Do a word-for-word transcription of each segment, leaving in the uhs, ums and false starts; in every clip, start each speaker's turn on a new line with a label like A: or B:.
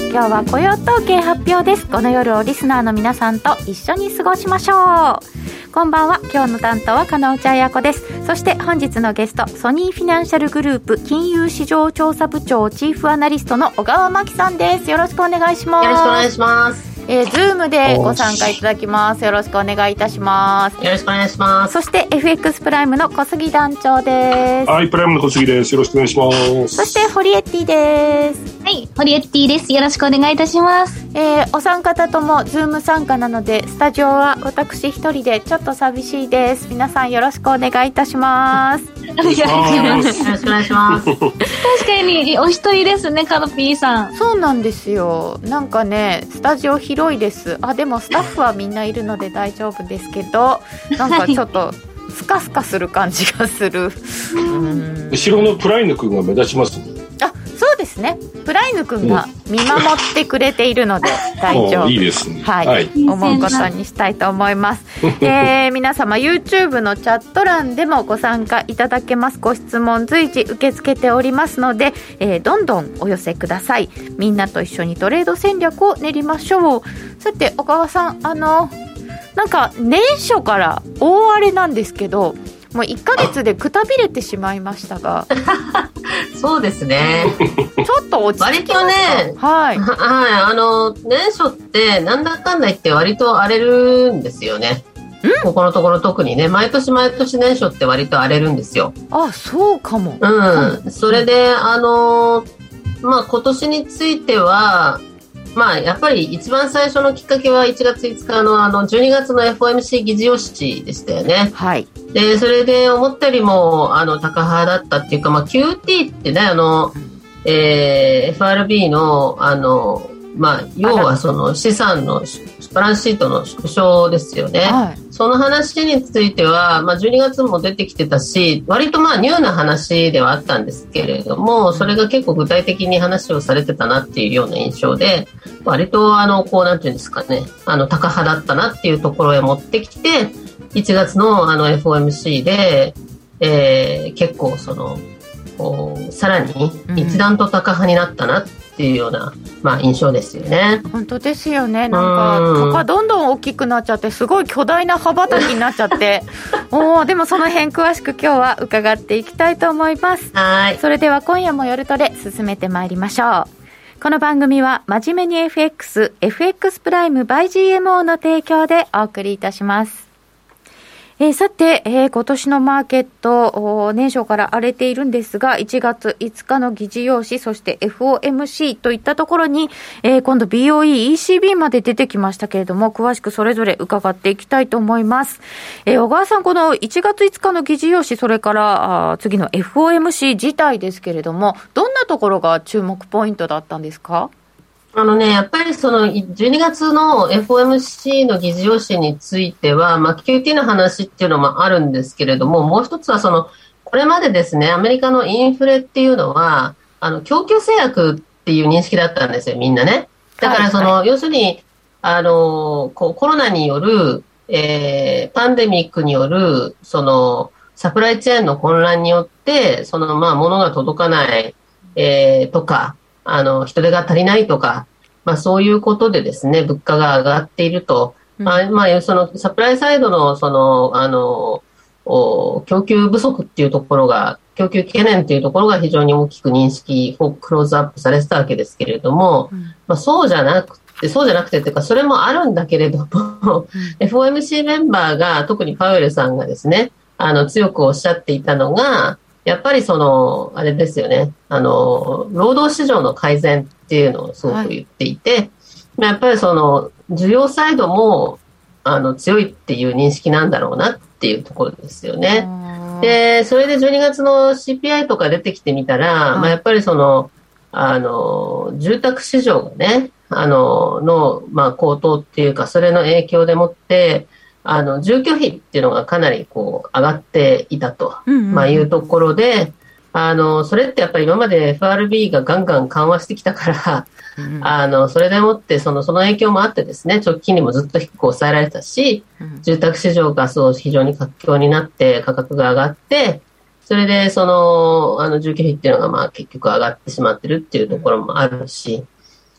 A: 今日は雇用統計発表です。この夜をリスナーの皆さんと一緒に過ごしましょう。こんばんは。今日の担当は金内彩子です。そして本日のゲスト、ソニーフィナンシャルグループ金融市場調査部長チーフアナリストの小川真紀さんです。よろしくお願いします。
B: よろしくお願いします。
A: えー、Zoom でご参加いただきます。よろしくお願いいたします。
B: よろしくお願いします。
A: そして エフエックス プライムの小杉団長です。
C: はい、プライムの小杉です。よろしくお願いします。
A: そしてホリエッティです。
D: はい、ホリエッティです。よろしくお願いいたします。
A: えー、お三方とも Zoom 参加なので、スタジオは私一人でちょっと寂しいです。皆さんよろしくお願いいたします。
B: お願いします。よろしくお願いします。確
D: かにお一人ですね、カノピーさん。
A: そうなんですよ。なんかね、スタジオ広いです。あ、でもスタッフはみんないるので大丈夫ですけど、なんかちょっとスカスカする感じがする。う
C: ーん、後ろのプライヌ君が目立ちますね。
A: あ、そうですね。プライヌ君が見守ってくれているので大丈夫。
C: いいですね。
A: はい、はい、思うことにしたいと思います。えー、皆様 YouTube のチャット欄でもご参加いただけます。ご質問随時受け付けておりますので、えー、どんどんお寄せください。みんなと一緒にトレード戦略を練りましょう。さて小川さん、あのなんか年初から大荒れなんですけど、もういっかげつでくたびれてしまいましたが
B: そうですね、
A: ちょっと落ち着き
B: 割とね、
A: はい、
B: はい、あの年初ってなんだかんだ言って割と荒れるんですよね。ここのところ特にね、毎年毎年年初って割と荒れるんですよ。
A: あ、そうかも。
B: うん、それであのまあ今年については、まあ、やっぱり一番最初のきっかけはいちがついつか の, あのじゅうにがつの エフオーエムシー 議事要旨でしたよね。
A: はい、
B: でそれで思ったよりもあの高派だったっていうか、まあ、キューティー ってね、あの、えー、エフアールビー の, あの、まあ、要はその資産のバランスシートの縮小ですよね。はい、その話については、まあ、じゅうにがつも出てきてたし、割とまあニューな話ではあったんですけれども、それが結構具体的に話をされてたなっていうような印象で、割とあのこうなんていうんですかね、あの高派だったなっていうところへ持ってきて、いちがつ の, あの エフオーエムシー で、えー、結構そのさらに一段と高派になったなっていうような、まあ、印象ですよね。
A: 本当ですよね。なんか高どんどん大きくなっちゃって、すごい巨大な羽ばたきになっちゃっておでもその辺詳しく今日は伺っていきたいと思います。
B: はい、
A: それでは今夜も夜トレ進めてまいりましょう。この番組は真面目に エフエックス エフエックス プライム by ジーエムオー の提供でお送りいたします。えー、さて、えー、今年のマーケット年初から荒れているんですが、いちがついつかの議事要旨、そして エフオーエムシー といったところに、えー、今度 ビーオーイー、イーシービー まで出てきましたけれども、詳しくそれぞれ伺っていきたいと思います。えー、小川さん、このいちがついつかの議事要旨、それからあ次の エフオーエムシー 自体ですけれども、どんなところが注目ポイントだったんですか？
B: あのね、やっぱりそのじゅうにがつの エフオーエムシー の議事要旨については、まあ、キューティー の話っていうのもあるんですけれども、もう一つはそのこれまでですね、アメリカのインフレっていうのはあの供給制約っていう認識だったんですよ、みんなね。だからその、はいはい、要するにあのこうコロナによる、えー、パンデミックによるそのサプライチェーンの混乱によってその、まあ、物が届かない、えー、とか、あの人手が足りないとか、まあ、そういうことでですね、物価が上がっていると、うん、まあまあ、そのサプライサイドのそのあの供給不足っていうところが、供給懸念っていうところが非常に大きく認識クローズアップされてたわけですけれども、うん、まあ、そうじゃなくてそうじゃなくてというか、それもあるんだけれども、うん、エフオーエムシー メンバーが、特にパウエルさんがですね、あの強くおっしゃっていたのが、やっぱりそのあれですよね、あの労働市場の改善っていうのをすごく言っていて、はい、やっぱりその需要サイドもあの強いっていう認識なんだろうなっていうところですよね。でそれでじゅうにがつの シーピーアイ とか出てきてみたら、はい、まあ、やっぱりそのあの住宅市場がね、あのの、まあ、高騰っていうか、それの影響でもってあの住居費っていうのがかなりこう上がっていたと、うんうん、まあ、いうところで、あのそれってやっぱり今まで エフアールビー がガンガン緩和してきたから、うん、あのそれでもってその、その影響もあってですね、直近にもずっと低く抑えられたし、うん、住宅市場がそう非常に活況になって価格が上がって、それでそのあの住居費っていうのがまあ結局上がってしまってるっていうところもあるし、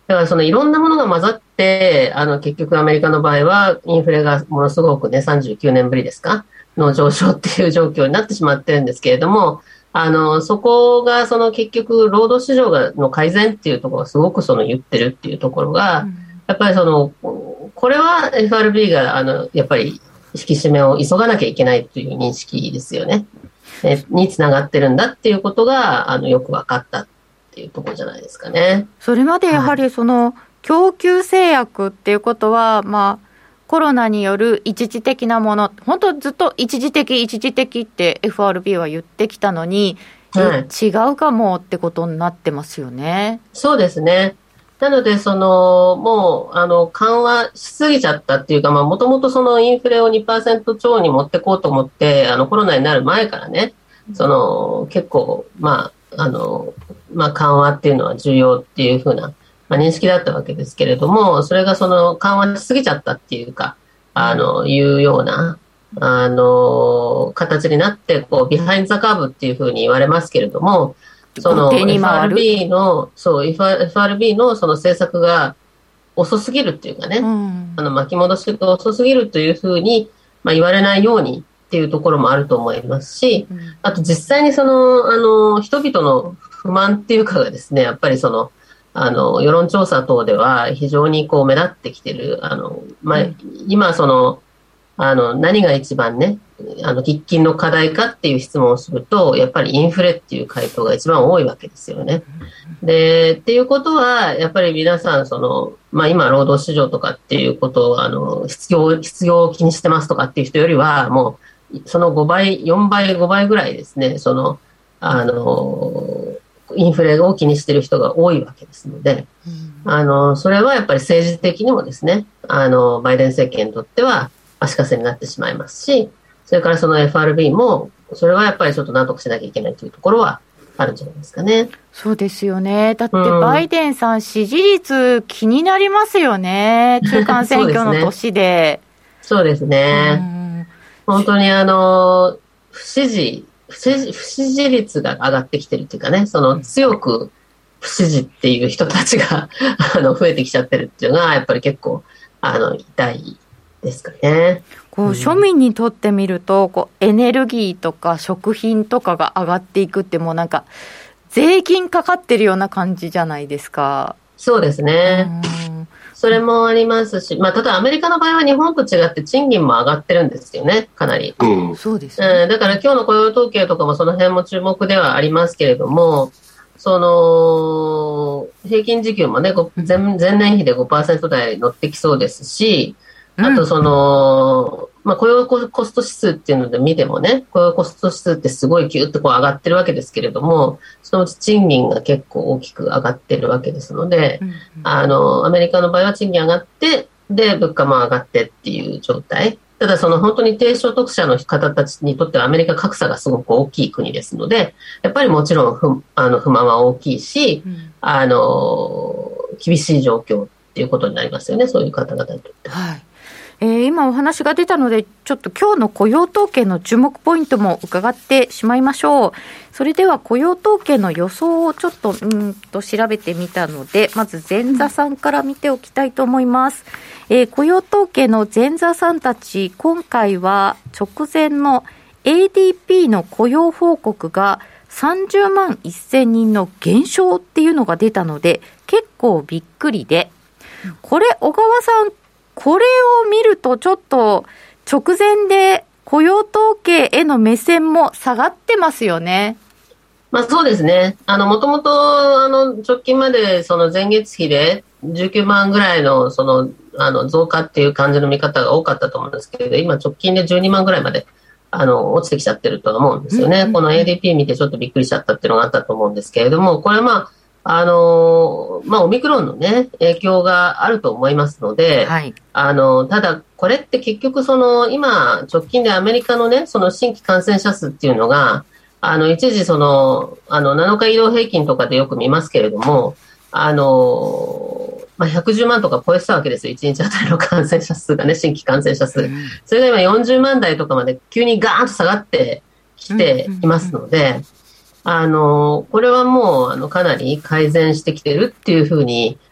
B: だからそのいろんなものが混ざって、あの結局アメリカの場合はインフレがものすごくね、さんじゅうきゅうねんぶりですかの上昇っていう状況になってしまってるんですけれども、あのそこがその結局労働市場がの改善っていうところがすごくその言ってるっていうところが、うん、やっぱりそのこれは エフアールビー があのやっぱり引き締めを急がなきゃいけないという認識ですよね。につながってるんだっていうことがあのよく分かったっていうところじゃないですかね。
A: それまでやはりその供給制約っていうことは、まあ、コロナによる一時的なもの、本当ずっと一時的一時的って エフアールビー は言ってきたのに、はい、違うかもってことになってますよね。
B: そうですね。なのでそのもうあの緩和しすぎちゃったっていうか、もともとそのインフレを にパーセント 超に持ってこうと思ってあのコロナになる前からね、その結構まああのまあ、緩和っていうのは重要っていう風な、まあ、認識だったわけですけれども、それがその緩和しすぎちゃったっていうか、あのいうようなあの形になってこうビハインドザカーブっていう風に言われますけれども、その エフアールビー のそう エフアールビー のその政策が遅すぎるっていうかね、うん、あの巻き戻しが遅すぎるという風に、まあ、言われないようにっていうところもあると思いますし、うん、あと実際にそのあの人々の不満っていうかがですね、やっぱりそのあの世論調査等では非常にこう目立ってきてる。あの、まあ、今そのあの何が一番ね、あの喫緊の課題かっていう質問をすると、やっぱりインフレっていう回答が一番多いわけですよね。でっていうことはやっぱり皆さんその、まあ、今労働市場とかっていうことをあの失業失業を気にしてますとかっていう人よりはもうそのごばいよんばいごばいぐらいですね、そのあのインフレを気にしている人が多いわけですので、うん、あのそれはやっぱり政治的にもですね、あのバイデン政権にとっては足かせになってしまいますし、それからその エフアールビー もそれはやっぱりちょっと何とかしなきゃいけないというところはあるんじゃないですかね。
A: そうですよね。だってバイデンさん、うん、支持率気になりますよね、中間選挙の年で。
B: そうですね、うん、本当にあの不支持不支持、不支持率が上がってきてるっていうかね、その強く不支持っていう人たちがあの増えてきちゃってるっていうのがやっぱり結構あの痛いですかね。
A: こう庶民にとってみるとこうエネルギーとか食品とかが上がっていくってもうなんか税金かかってるような感じじゃないですか。
B: そうですね。うんそれもありますし、まあ、ただアメリカの場合は日本と違って賃金も上がってるんですよね、かなり。
C: うん、
A: そうですね。
B: うん、だから今日の雇用統計とかもその辺も注目ではありますけれども、その平均時給もね、前, 前年比で ごパーセント 台乗ってきそうですし、あとその、まあ、雇用コスト指数っていうので見てもね、雇用コスト指数ってすごいギュッとこう上がってるわけですけれども、そのうち賃金が結構大きく上がってるわけですので、うんうん、あのアメリカの場合は賃金上がってで物価も上がってっていう状態。ただその本当に低所得者の方たちにとってはアメリカ格差がすごく大きい国ですので、やっぱりもちろん不、あの不満は大きいし、うん、あの厳しい状況っていうことになりますよね、そういう方々にとって。
A: はい。えー、今お話が出たのでちょっと今日の雇用統計の注目ポイントも伺ってしまいましょう。それでは雇用統計の予想をちょっとうんと調べてみたので、まず前座さんから見ておきたいと思います。えー、雇用統計の前座さんたち、今回は直前の エーディーピー の雇用報告がさんじゅうまんせんにんの減少っていうのが出たので結構びっくりで、これ小川さんこれを見るとちょっと直前で雇用統計への目線も下がってますよね。
B: まあそうですね。あの、もともと、あの、直近までその前月比でじゅうきゅうまんぐらいのその、あの、増加っていう感じの見方が多かったと思うんですけれど、今直近でじゅうにまんぐらいまであの、落ちてきちゃってるとは思うんですよね。うんうんうん、この エーディーピー 見てちょっとびっくりしちゃったっていうのがあったと思うんですけれども、これはまあ、あのまあ、オミクロンのね、影響があると思いますので、はい、あの、ただ、これって結局その、今、直近でアメリカのね、その新規感染者数っていうのが、あの、一時その、あの、なのか移動平均とかでよく見ますけれども、あの、まあ、ひゃくじゅうまんとか超えてたわけですよ。いちにちあたりの感染者数がね、新規感染者数。うん、それが今よんじゅうまん台とかまで急にガーンと下がってきていますので、うんうんうん、あのこれはもうあのかなり改善してきてるっていうふうに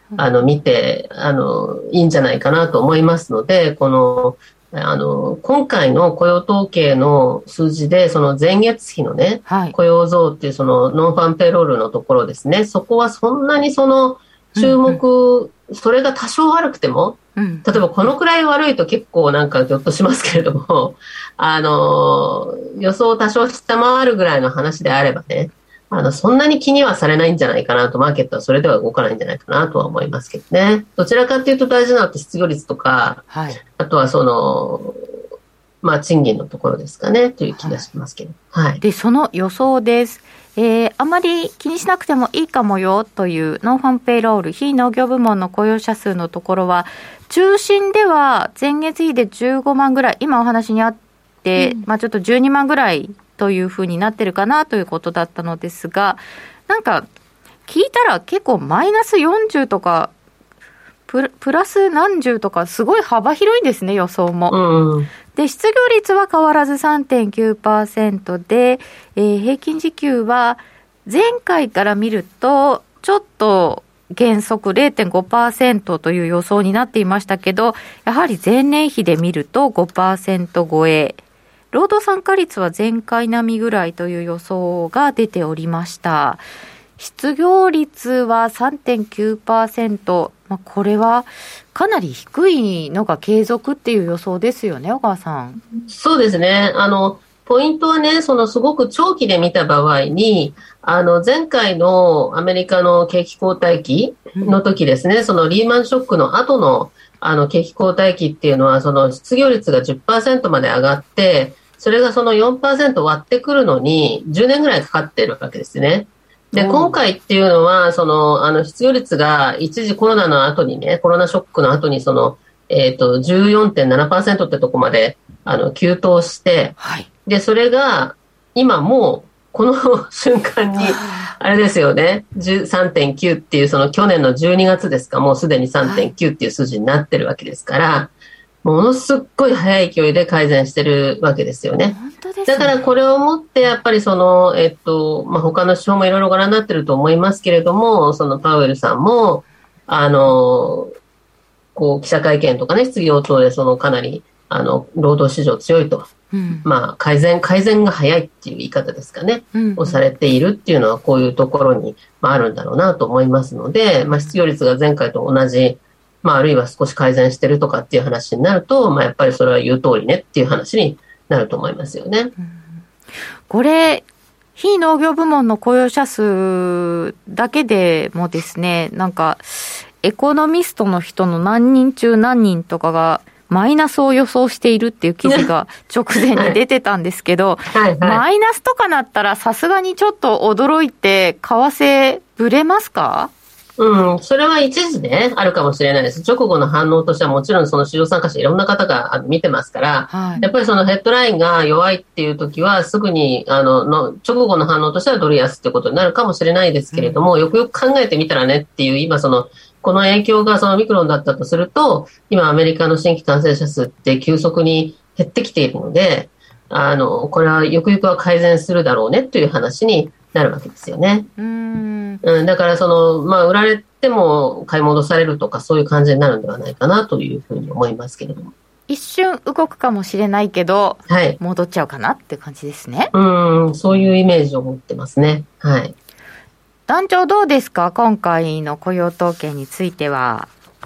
B: あの見てあのいいんじゃないかなと思いますので、このあの今回の雇用統計の数字でその前月比の、ね、はい、雇用増っていうそのノンファンペロールのところですね、そこはそんなにその注目、うんうん、それが多少悪くても、うん、例えばこのくらい悪いと結構なんかぎょっとしますけれども、あの予想を多少下回るぐらいの話であればね、あのそんなに気にはされないんじゃないかなと、マーケットはそれでは動かないんじゃないかなとは思いますけどね。どちらかというと大事なのって失業率とか、はい、あとはその、まあ、賃金のところですかねという気がしますけど、はいはい、
A: でその予想です。えー、あまり気にしなくてもいいかもよというノンファンペイロール非農業部門の雇用者数のところは、中心では前月比でじゅうごまんぐらい、今お話にあって、うん、まあ、ちょっとじゅうにまんぐらいというふうになってるかなということだったのですが、なんか聞いたら結構マイナスよんじゅうとかプ ラ, プラス何十とかすごい幅広いんですね、予想も、うん、で失業率は変わらず さんてんきゅうパーセント で、えー、平均時給は前回から見るとちょっと減速 れいてんごパーセント という予想になっていましたけど、やはり前年比で見ると ごパーセント 超え、労働参加率は前回並みぐらいという予想が出ておりました。失業率は さんてんきゅうパーセント、まあ、これはかなり低いのが継続っていう予想ですよね、小川さん。
B: そうですね。あのポイントはね、そのすごく長期で見た場合に、あの前回のアメリカの景気後退期の時ですね、うん、そのリーマンショックの後のあの景気後退期っていうのは、その失業率が じゅっパーセント まで上がって、それがその よんパーセント 割ってくるのにじゅうねんぐらいかかってるわけですね。で、今回っていうのは、その、あの、失業率が一時コロナの後にね、コロナショックの後にその、えっと、じゅうよんてんななパーセント ってとこまで、あの、急騰して、はい、で、それが、今もう、この瞬間に、あれですよね、さんてんきゅう っていう、その去年のじゅうにがつですか、もうすでに さんてんきゅう っていう数字になってるわけですから、ものすっごい早い勢いで改善してるわけですよね。本当ですね。だからこれをもってやっぱりその、えっとまあ、他の指標もいろいろご覧になってると思いますけれども、そのパウエルさんもあのこう記者会見とかね、質疑応答でそのかなりあの労働市場強いと、うん、まあ、改善改善が早いっていう言い方ですかね、うんうん、をされているっていうのはこういうところに、まあ、あるんだろうなと思いますので、まあ、失業率が前回と同じ、まあ、あるいは少し改善してるとかっていう話になると、まあ、やっぱりそれは言う通りねっていう話になると思いますよね。うん、
A: これ非農業部門の雇用者数だけでもですね、なんかエコノミストの人の何人中何人とかがマイナスを予想しているっていう記事が直前に出てたんですけど、はいはいはい、マイナスとかなったらさすがにちょっと驚いて為替ぶれますか？
B: うん、それは一時ね、あるかもしれないです。直後の反応としてはもちろんその市場参加者いろんな方があの見てますから、はい、やっぱりそのヘッドラインが弱いっていう時はすぐにあのの直後の反応としてはドル安ってことになるかもしれないですけれども、うん、よくよく考えてみたらねっていう、今そのこの影響がそのミクロンだったとすると、今アメリカの新規感染者数って急速に減ってきているので、あのこれはよくよくは改善するだろうねという話になるわけですよね。うーん、うん、だからその、まあ、売られても買い戻されるとかそういう感じになるんではないかなというふうに思いますけれども、
A: 一瞬動くかもしれないけど、はい、戻っちゃうかなって感じですね。
B: うん、そういうイメージを持ってますね。はい。
A: 団長どうですか、今回の雇用統計については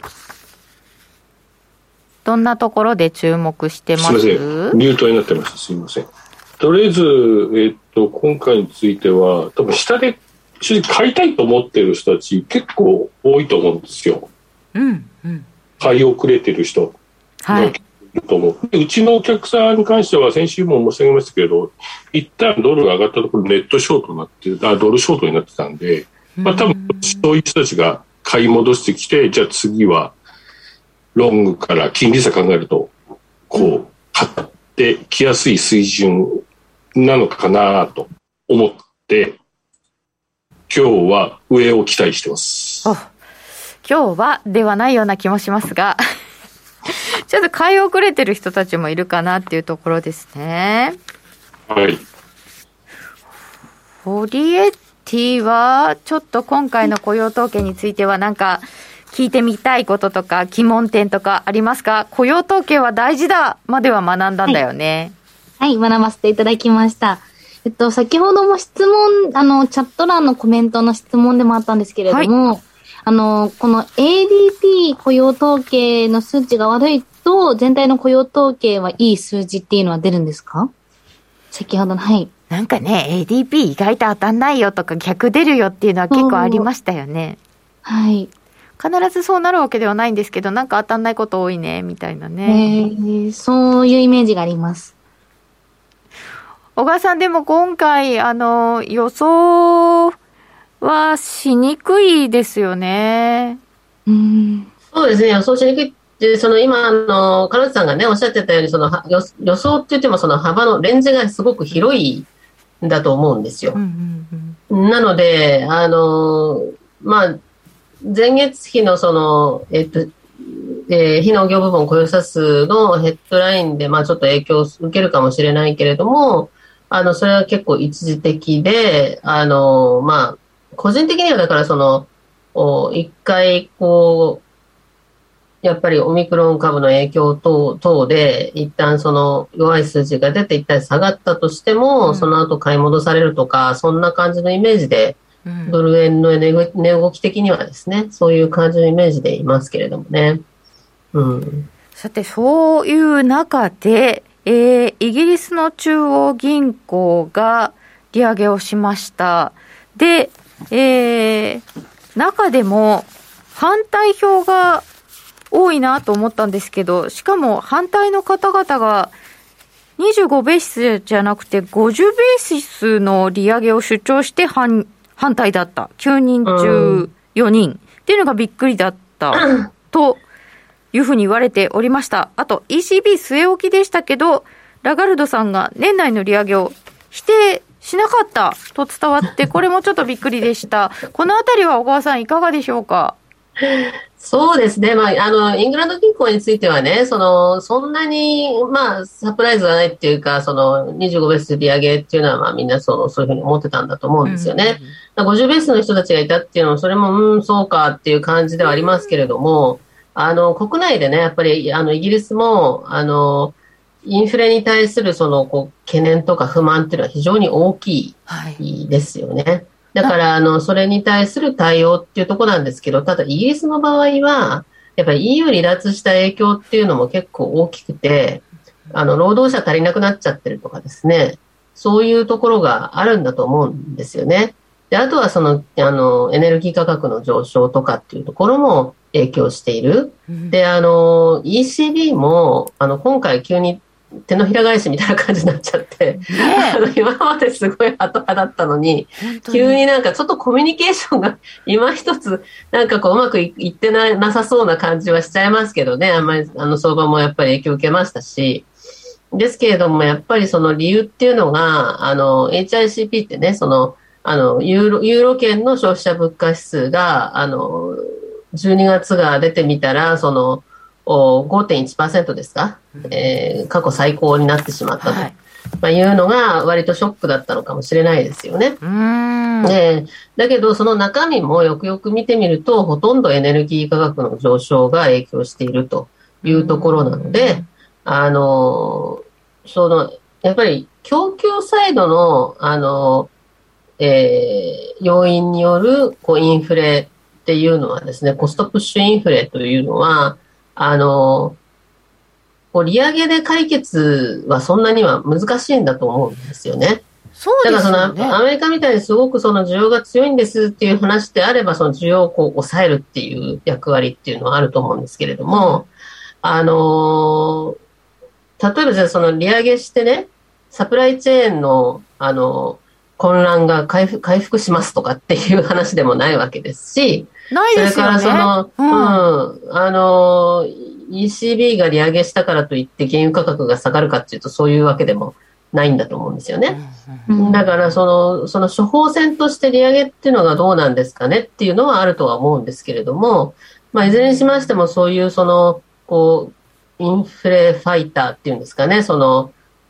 A: どんなところで注目してます？
C: すいません、ミュートになってました。すいません。とりあえず、えー、っと今回については多分下で買いたいと思ってる人たち結構多いと思うんですよ。うんうん、買い遅れてる人がいると思う、はい、うちのお客さんに関しては先週も申し上げましたけど、一旦ドルが上がったところネットショートになってあドルショートになってたんで、まあ、多分そういう人たちが買い戻してきて、じゃあ次はロングから金利差考えるとこう買ってきやすい水準なのかなと思って今日は上を期待してます。
A: 今日はではないような気もしますがちょっと買い遅れてる人たちもいるかなっていうところですね。
C: はい。
A: フォリエッティはちょっと今回の雇用統計についてはなんか聞いてみたいこととか疑問点とかありますか？雇用統計は大事だまでは学んだんだよね。
D: はい、はい、学ばせていただきました。えっと、先ほども質問、あの、チャット欄のコメントの質問でもあったんですけれども、はい、あの、この エーディーピー 雇用統計の数値が悪いと、全体の雇用統計はいい数字っていうのは出るんですか？先ほどの、はい。
A: なんかね、エーディーピー 意外と当たんないよとか逆出るよっていうのは結構ありましたよね。
D: はい。
A: 必ずそうなるわけではないんですけど、なんか当たんないこと多いね、みたいなね。
D: えー、そういうイメージがあります。
A: 小川さん、でも今回、あの、予想はしにくいですよね。
B: うん、そうですね、予想しにくいって、その今、あの、金内さんがね、おっしゃってたように、その予、予想って言っても、その幅のレンジがすごく広いんだと思うんですよ。うんうんうん、なので、あの、まあ、前月比のその、えっと、えー、非農業部門雇用者数のヘッドラインで、まあちょっと影響を受けるかもしれないけれども、あの、それは結構一時的で、あの、まあ、個人的にはだからその、一回こう、やっぱりオミクロン株の影響等、等で、一旦その弱い数字が出て一旦下がったとしても、うん、その後買い戻されるとか、そんな感じのイメージで、うん、ドル円の値動き的にはですね、そういう感じのイメージでいますけれどもね。うん、
A: さて、そういう中で、えー、イギリスの中央銀行が利上げをしました。で、えー、中でも反対票が多いなと思ったんですけど、しかも反対の方々がにじゅうごベーシスじゃなくてごじゅうベーシスの利上げを主張して反、反対だった。きゅうにん中よにんっていうのがびっくりだったというふうに言われておりました。あと イーシービー 据え置きでしたけど、ラガルドさんが年内の利上げを否定しなかったと伝わって、これもちょっとびっくりでした。このあたりは小川さんいかがでしょうか？
B: そうですね、まあ、あのイングランド銀行についてはね、そのそんなに、まあ、サプライズがないっていうか、そのにじゅうごベース利上げっていうのは、まあ、みんなそのそういうふうに思ってたんだと思うんですよね。うん、ごじゅうベースの人たちがいたっていうのは、それもうんそうかっていう感じではありますけれども、あの国内でね、やっぱりあのイギリスもあのインフレに対するそのこう懸念とか不満っていうのは非常に大きいですよね。はい、だからあのそれに対する対応っていうところなんですけど、ただイギリスの場合はやっぱり イーユー 離脱した影響っていうのも結構大きくて、あの労働者足りなくなっちゃってるとかですね、そういうところがあるんだと思うんですよね。で、あとはそのあのエネルギー価格の上昇とかっていうところも影響している。で、あの イーシービー もあの今回急に手のひら返しみたいな感じになっちゃって、ね、あの今まですごいハト派だったのに、急になんかちょっとコミュニケーションが今一つなんかこううまくいってな、なさそうな感じはしちゃいますけどね。あんまりあの相場もやっぱり影響を受けましたし、ですけれどもやっぱりその理由っていうのが、あの エイチアイシーピー ってね、そのあのユーロ、ユーロ圏の消費者物価指数があのじゅうにがつが出てみたら、その ごてんいちパーセント ですか、うん、えー、過去最高になってしまったと、はい、まあ、いうのが割とショックだったのかもしれないですよね。うーん、でだけどその中身もよくよく見てみると、ほとんどエネルギー価格の上昇が影響しているというところなので、あのそのやっぱり供給サイドの、あの、えー、要因によるこうインフレっていうのはですね、コストプッシュインフレというのは、あの、こう利上げで解決はそんなには難しいんだと思うんですよね。
A: そうですよね。
B: だからそのアメリカみたいにすごくその需要が強いんですっていう話であれば、その需要をこう抑えるっていう役割っていうのはあると思うんですけれども、うん、あの、例えばじゃあその利上げしてね、サプライチェーンのあの混乱が回復、回復しますとかっていう話でもないわけですし、
A: ないですよね。
B: それからその、うん、うん、あの、イーシービー が利上げしたからといって原油価格が下がるかっていうとそういうわけでもないんだと思うんですよね。うん、だからその、その処方箋として利上げっていうのがどうなんですかねっていうのはあるとは思うんですけれども、まあ、いずれにしましてもそういうその、こう、インフレファイターっていうんですかね、その、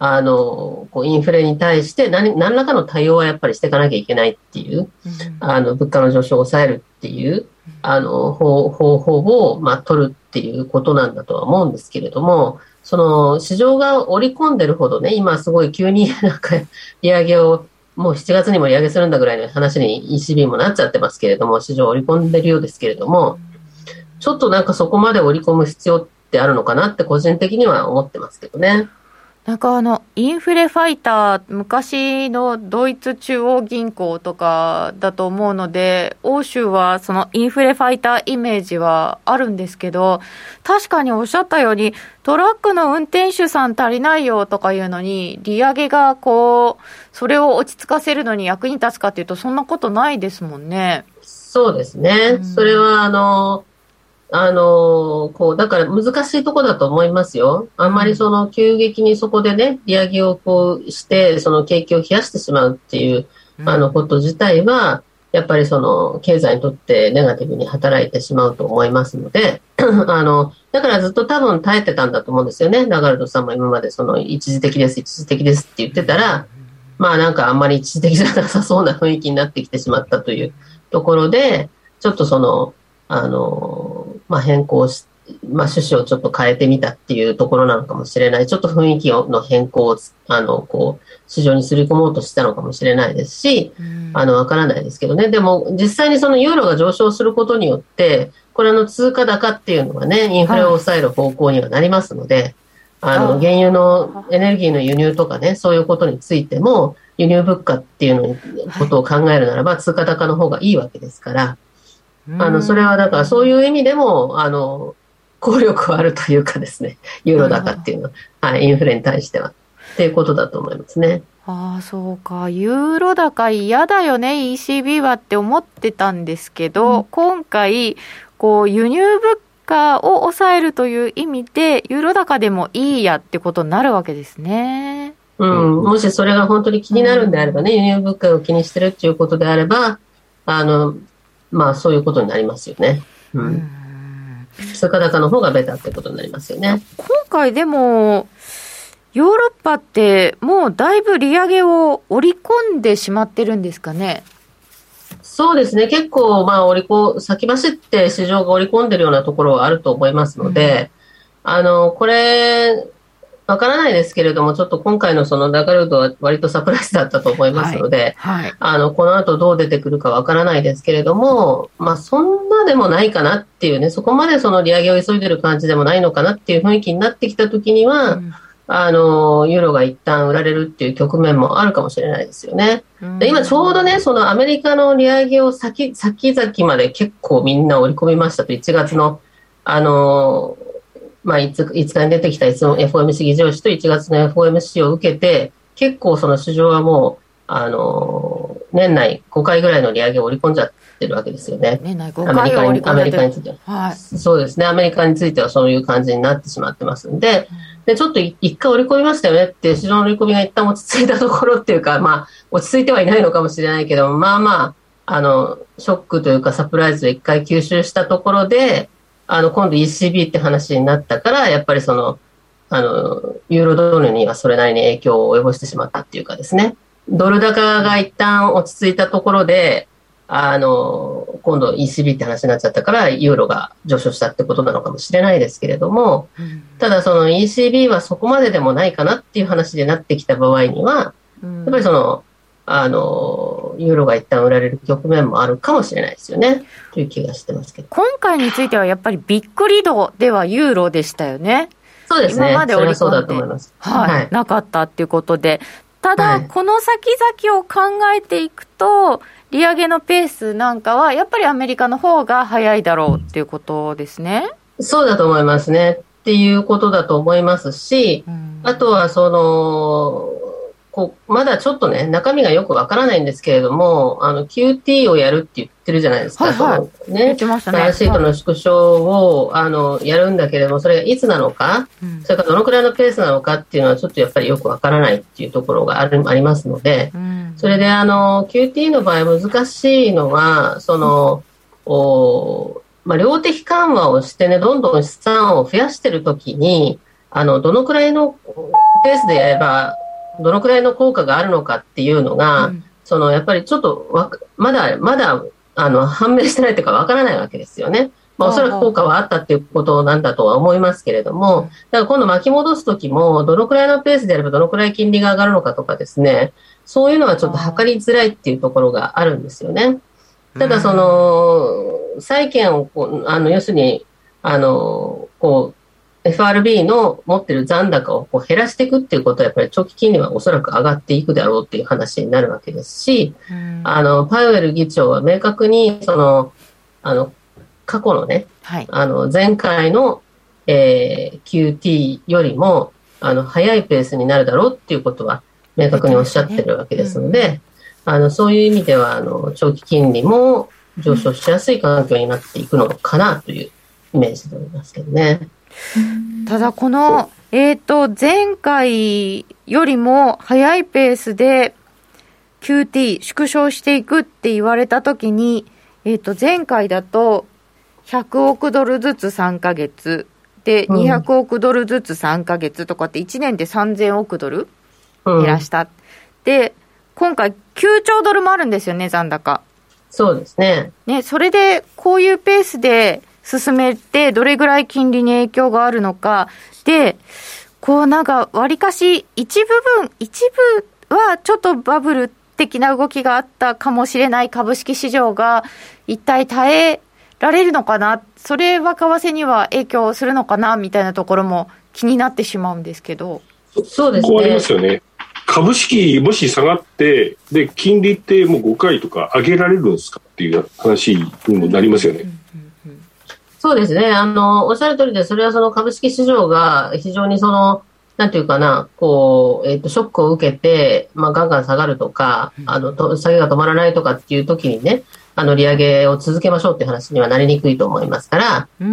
B: あのこうインフレに対して 何, 何らかの対応はやっぱりしていかなきゃいけないっていう、うん、あの物価の上昇を抑えるっていうあの方法を、まあ、取るっていうことなんだとは思うんですけれども、その市場が織り込んでるほどね、今すごい急になんか利上げをもうしちがつにも利上げするんだぐらいの話に イーシービー もなっちゃってますけれども、市場を織り込んでるようですけれども、ちょっとなんかそこまで織り込む必要ってあるのかなって個人的には思ってますけどね。
A: なんかあのインフレファイター、昔のドイツ中央銀行とかだと思うので、欧州はそのインフレファイターイメージはあるんですけど、確かにおっしゃったようにトラックの運転手さん足りないよとかいうのに、利上げがこうそれを落ち着かせるのに役に立つかというと、そんなことないですもんね。
B: そうですね、うん、それはあのあのこうだから難しいところだと思いますよ。あんまりその急激にそこでね利上げをこうしてその景気を冷やしてしまうっていうあのこと自体はやっぱりその経済にとってネガティブに働いてしまうと思いますのであのだからずっと多分耐えてたんだと思うんですよね。ラガルドさんも今までその一時的です一時的ですって言ってたら、まあなんかあんまり一時的じゃなさそうな雰囲気になってきてしまったというところで、ちょっとそのあのまあ、変更し、まあ、趣旨をちょっと変えてみたっていうところなのかもしれない。ちょっと雰囲気の変更をあのこう市場にすり込もうとしたのかもしれないですし、あのわからないですけどね。でも実際にそのユーロが上昇することによってこれの通貨高っていうのはねインフレを抑える方向にはなりますので、はい、あの原油のエネルギーの輸入とかねそういうことについても輸入物価っていうのことを考えるならば通貨高の方がいいわけですから。あのそれはだからそういう意味でもあの効力はあるというかですね、ユーロ高っていうのは、はい、インフレに対してはっていうことだと思いますね。
A: ああそうか、ユーロ高嫌だよね イーシービー はって思ってたんですけど、うん、今回こう輸入物価を抑えるという意味でユーロ高でもいいやってことになるわけですね。
B: うん、もしそれが本当に気になるんであればね、うん、輸入物価を気にしてるっていうことであればあのまあそういうことになりますよね。うん。うん通貨高の方がベターってことになりますよね。
A: 今回でもヨーロッパってもうだいぶ利上げを織り込んでしまってるんですかね。
B: そうですね。結構まあ織りこ先走って市場が織り込んでるようなところはあると思いますので、うん、あのこれわからないですけれども、ちょっと今回のそのラガルドは割とサプライズだったと思いますので、はいはい、あのこの後どう出てくるかわからないですけれども、まあそんなでもないかなっていうね、そこまでその利上げを急いでる感じでもないのかなっていう雰囲気になってきたときには、うん、あのユーロが一旦売られるっていう局面もあるかもしれないですよね。うん、で今ちょうどね、そのアメリカの利上げを先先々まで結構みんな織り込みましたと、いちがつのあのまあ、いつかに出てきた エフオーエムシー 議事要旨といちがつの エフオーエムシー を受けて、結構その市場はもう、あのー、年内ごかいぐらいの利上げを織り込んじゃってるわけですよね。
A: 年内ごかいを織り込んじゃってる。アメリカについては、はい。
B: そうですね。アメリカについてはそういう感じになってしまってますんで、で、ちょっと一回織り込みましたよねって、市場の織り込みが一旦落ち着いたところっていうか、まあ、落ち着いてはいないのかもしれないけども、まあまあ、あの、ショックというかサプライズを一回吸収したところで、あの今度 イーシービー って話になったから、やっぱりそのあのユーロドルにはそれなりに影響を及ぼしてしまったっていうかですね、ドル高が一旦落ち着いたところで、あの今度 イーシービー って話になっちゃったからユーロが上昇したってことなのかもしれないですけれども、うん、ただその イーシービー はそこまででもないかなっていう話になってきた場合には、うん、やっぱりそのあのユーロが一旦売られる局面もあるかもしれないですよねという気がしてますけど、
A: 今回についてはやっぱりびっくり度ではユーロでしたよね。
B: そうですね、
A: 今まで織り込んで
B: それはそうだと思います、
A: はいはい、なかったっていうことで、ただ、はい、この先々を考えていくと利上げのペースなんかはやっぱりアメリカの方が早いだろうっていうことですね。
B: そうだと思いますねっていうことだと思いますし、うん、あとはそのこうまだちょっとね中身がよくわからないんですけれども、あの キューティー をやるって言ってるじゃないですか。
A: はいはい、
B: そのね、バランスシートの縮小を、はい、あのやるんだけれども、それがいつなのか、うん、それからどのくらいのペースなのかっていうのはちょっとやっぱりよくわからないっていうところがあるありますので、うん、それであの キューティー の場合難しいのはその、うん、おまあ、量的緩和をしてね、どんどん資産を増やしているときにあのどのくらいのペースでやればどのくらいの効果があるのかっていうのが、うん、そのやっぱりちょっとわまだまだあの判明してないというかわからないわけですよね。まあ、おそらく効果はあったっていうことなんだとは思いますけれども、だから今度巻き戻すときもどのくらいのペースでやればどのくらい金利が上がるのかとかですね、そういうのがちょっと測りづらいっていうところがあるんですよね。ただその債券をこうあの要するにあのこう エフアールビー の持ってる残高をこう減らしていくっていうことはやっぱり長期金利はおそらく上がっていくだろうっていう話になるわけですし、あのパウエル議長は明確にそのあの過去のね、はい、あの前回の、えー、キューティー よりもあの早いペースになるだろうっていうことは明確におっしゃってるわけですので、ねうん、あのそういう意味ではあの長期金利も上昇しやすい環境になっていくのかなというイメージでおりますけどね。
A: ただこの、えーと、前回よりも早いペースで キューティー 縮小していくって言われたときに、えーと、前回だとひゃくおくドルずつさんかげつでにひゃくおくドルずつさんかげつとかっていちねんでさんぜんおくドル減らした、うん、で今回きゅうちょうドルもあるんですよね残高。
B: そうですね。
A: ね、それでこういうペースで進めてどれぐらい金利に影響があるのかで、こうなんかわりかし一部分一部はちょっとバブル的な動きがあったかもしれない株式市場が一体耐えられるのかな、それは為替には影響するのかなみたいなところも気になってしまうんですけど。
B: そうですね。
C: こうありますよね。株式もし下がってで金利ってもうごかいとか上げられるんですかっていう話にもなりますよね。うんうんうん、
B: そうですね。あのおっしゃる通りで、それはその株式市場が非常にそのなんていうかな、こうえっとショックを受けて、まあガンガン下がるとか、あのと下げが止まらないとかっていう時にね、あの利上げを続けましょうっていう話にはなりにくいと思いますから、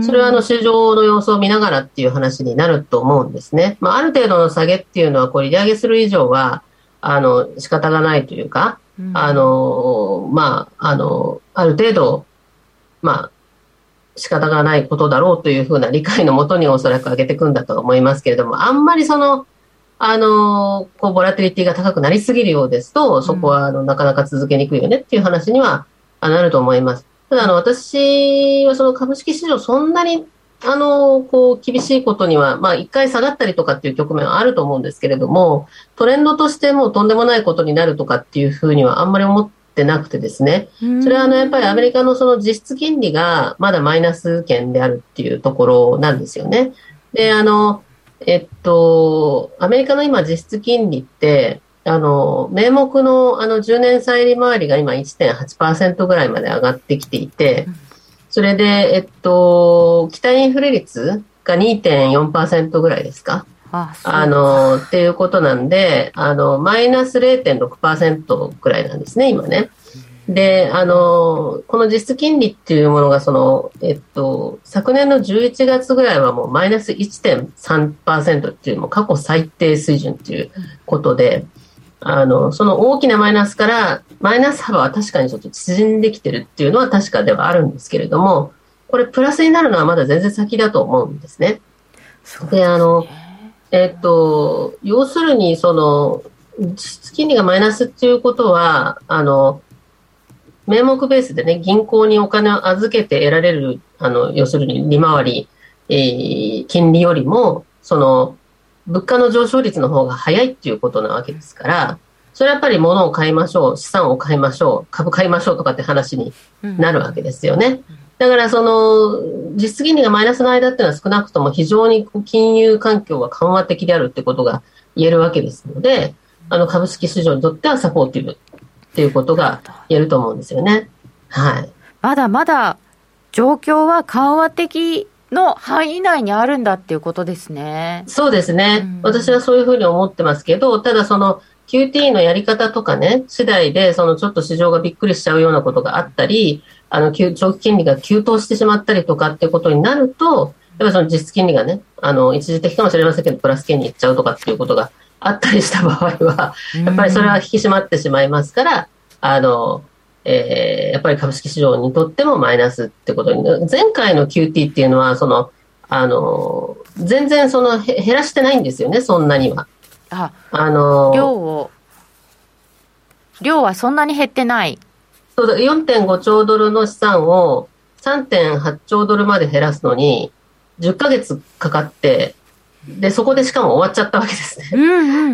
B: それはあの市場の様子を見ながらっていう話になると思うんですね。まあある程度の下げっていうのはこう利上げする以上はあの仕方がないというか、あのまああのある程度まあ仕方がないことだろうというふうな理解のもとにおそらく上げていくんだと思いますけれども、あんまりそのあのこうボラティリティが高くなりすぎるようですと、そこはあのなかなか続けにくいよねっていう話にはなると思います。ただあの私はその株式市場そんなにあのこう厳しいことには、まあ一回下がったりとかっていう局面はあると思うんですけれども、トレンドとしてもうとんでもないことになるとかっていうふうにはあんまり思ってなくてですね、それはあのやっぱりアメリカのその実質金利がまだマイナス圏であるっていうところなんですよね。で、あのえっとアメリカの今実質金利ってあの名目のあのじゅうねん債利回りが今 いってんはちパーセント ぐらいまで上がってきていて、それでえっと期待インフレ率が にてんよんパーセント ぐらいですか。ああのっていうことなんで、あのマイナス れいてんろくパーセント くらいなんですね今ね。で、あのこの実質金利っていうものがその、えっと、昨年のじゅういちがつぐらいはもうマイナス いってんさんパーセント っていうもう過去最低水準ということで、あのその大きなマイナスからマイナス幅は確かにちょっと縮んできてるっていうのは確かではあるんですけれども、これプラスになるのはまだ全然先だと思うんですね。で、あのえっと要するにその実質金利がマイナスっていうことは、あの名目ベースでね銀行にお金を預けて得られるあの要するに利回り、えー、金利よりもその物価の上昇率の方が早いっていうことなわけですから、それはやっぱり物を買いましょう、資産を買いましょう、株買いましょうとかって話になるわけですよね。だからその実質金利がマイナスの間っていうのは少なくとも非常に金融環境が緩和的であるってことが言えるわけですので、あの株式市場にとってはサポーティブっていうことが言えると思うんですよね。はい。
A: まだまだ状況は緩和的の範囲内にあるんだっていうことですね。
B: そうですね、うん、私はそういうふうに思ってますけど、ただその キューティー のやり方とかね次第でそのちょっと市場がびっくりしちゃうようなことがあったり、あの長期金利が急騰してしまったりとかっていうことになると、やっぱりその実質金利がねあの一時的かもしれませんけどプラス圏に行っちゃうとかっていうことがあったりした場合はやっぱりそれは引き締まってしまいますから、あのえー、やっぱり株式市場にとってもマイナスってことに、前回の キューティー っていうのはそのあの全然その減らしてないんですよね、そんなには。
A: あ、あのー、量を量はそんなに減ってない。
B: そうだ、よんてんごちょうドルの資産を さんてんはちちょうドルまで減らすのにじゅっかげつかかって、でそこでしかも終わっちゃったわけですね。
A: うんうんうんうん、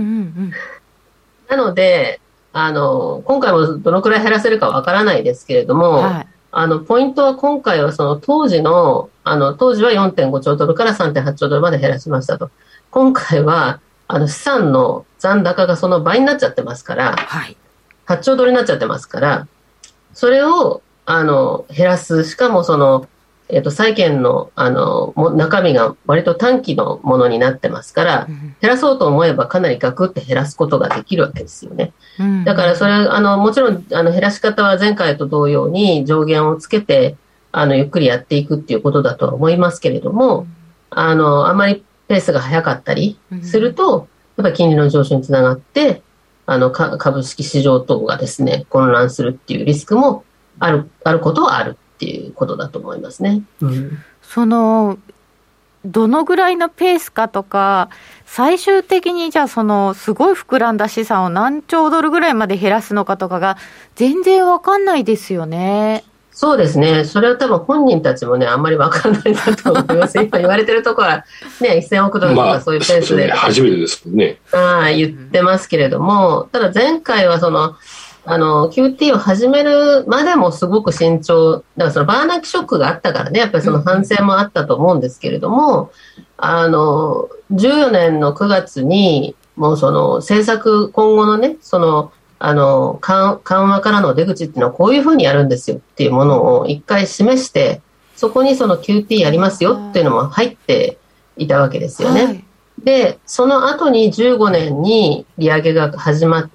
B: なのであの今回もどのくらい減らせるかわからないですけれども、はい、あのポイントは今回はその当時のあの当時は よんてんごちょうドルから さんてんはちちょうドルまで減らしましたと。今回はあの資産の残高がその倍になっちゃってますから、はい、はちちょうドルになっちゃってますから、それをあの減らす、しかもその、えーと、債券の、あのも中身が割と短期のものになってますから、うん、減らそうと思えばかなりガクって減らすことができるわけですよね。うん、だからそれあのもちろんあの減らし方は前回と同様に上限をつけてあのゆっくりやっていくっていうことだとは思いますけれども、うん、あのあまりペースが速かったりすると、うん、やっぱり金利の上昇につながってあの株式市場等がですね混乱するっていうリスクもある、あることはあるっていうことだと思いますね。うん、
A: そのどのぐらいのペースかとか、最終的にじゃあそのすごい膨らんだ資産を何兆ドルぐらいまで減らすのかとかが全然わかんないですよね。
B: そうですね。それは多分本人たちもね、あんまり分かんないなと思います。今言われてるところはね、せんおくドルとかそういうペースで、
C: まあ、初めてですもんね。
B: あ言ってますけれども、ただ前回はその、あの、キューティー を始めるまでもすごく慎重、だからそのバーナーキショックがあったからね、やっぱりその反省もあったと思うんですけれども、あの、じゅうよねんのくがつに、もうその政策、今後のね、その、あの緩和からの出口っていうのはこういうふうにやるんですよっていうものを一回示して、そこにその キューティー やりますよっていうのも入っていたわけですよね。はい、でその後にじゅうごねんに利上げが始まって、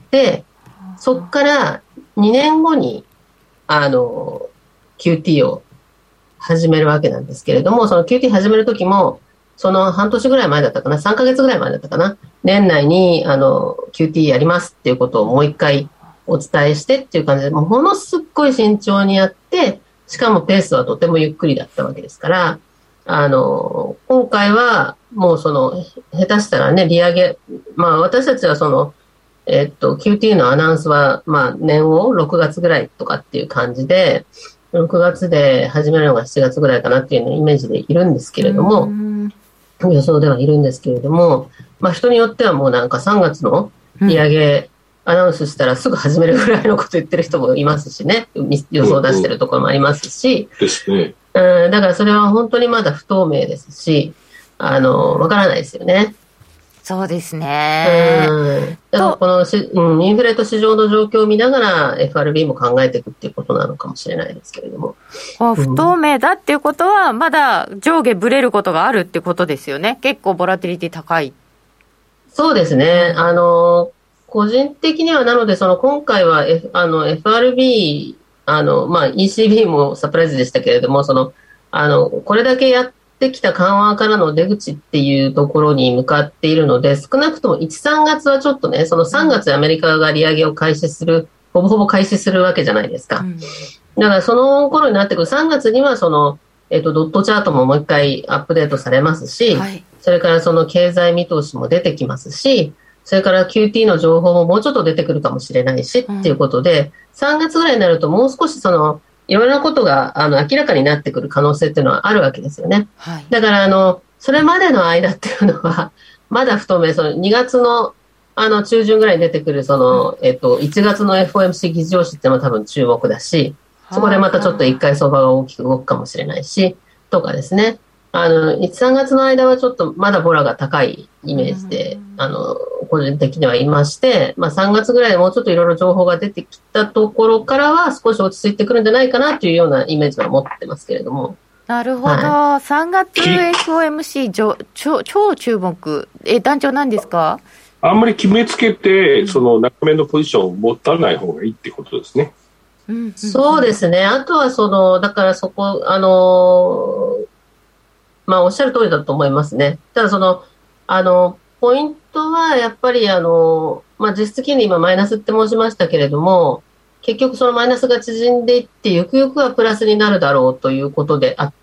B: そこからにねんごにあの キューティー を始めるわけなんですけれども、その キューティー 始める時もその半年ぐらい前だったかな、さんかげつぐらい前だったかな、年内にあの キューティー やりますっていうことをもう一回お伝えしてっていう感じで、もうものすっごい慎重にやって、しかもペースはとてもゆっくりだったわけですから、あの今回はもうその下手したらね利上げ、まあ私たちはそのえっと キューティー のアナウンスはまあ年をろくがつぐらいとかっていう感じで、ろくがつで始めるのがしちがつぐらいかなっていうのイメージでいるんですけれども、予想ではいるんですけれども、まあ、人によってはもうなんかさんがつの利上げアナウンスしたらすぐ始めるぐらいのこと言ってる人もいますしね、予想を出してるところもありますし、
C: うんうんですね、
B: うん、だからそれは本当にまだ不透明ですし、あのわからないですよね。
A: そうですね。
B: うん、だからこのし、うん、インフレと市場の状況を見ながら エフアールビー も考えていくっていうことなのかもしれないですけれども、
A: 不透明だっていうことはまだ上下ぶれることがあるってことですよね。結構ボラティリティ高い。
B: そうですね。あの個人的にはなのでその今回は、F、あの エフアールビー あの、まあ、イーシービー もサプライズでしたけれども、そのあのこれだけやってできた緩和からの出口っていうところに向かっているので、少なくともいち、さんがつはちょっとね、そのさんがつでアメリカが利上げを開始する、ほぼほぼ開始するわけじゃないですか。うん、だからその頃になってくるさんがつにはその、えっと、ドットチャートももう一回アップデートされますし、はい、それからその経済見通しも出てきますし、それから キューティー の情報ももうちょっと出てくるかもしれないし、うん、っていうことで、さんがつぐらいになるともう少しその、いろいろなことがあの明らかになってくる可能性っていうのはあるわけですよね。はい、だからあのそれまでの間っていうのはまだ不透明。そのにがつのあの中旬ぐらいに出てくるその、えっと、いちがつの エフオーエムシー 議事要旨っていうのも多分注目だし、そこでまたちょっと一回相場が大きく動くかもしれないしとかですね。あのいち、さんがつの間はちょっとまだボラが高いイメージで、あの個人的にはいまして、まあ、さんがつぐらいでもうちょっといろいろ情報が出てきたところからは少し落ち着いてくるんじゃないかなというようなイメージは持ってますけれども。
A: なるほど、はい、さんがつ エフオーエムシー 超, 超注目。え団長何ですか？
C: あんまり決めつけてその中面のポジションを持たない方がいいってことですね。
B: うんうんうん、そうですね。あとはそのだからそこあのーまあ、おっしゃる通りだと思いますね。ただその、あの、ポイントはやっぱりあの、まあ、実質金利今マイナスって申しましたけれども、結局そのマイナスが縮んでいって、ゆくゆくはプラスになるだろうということであって、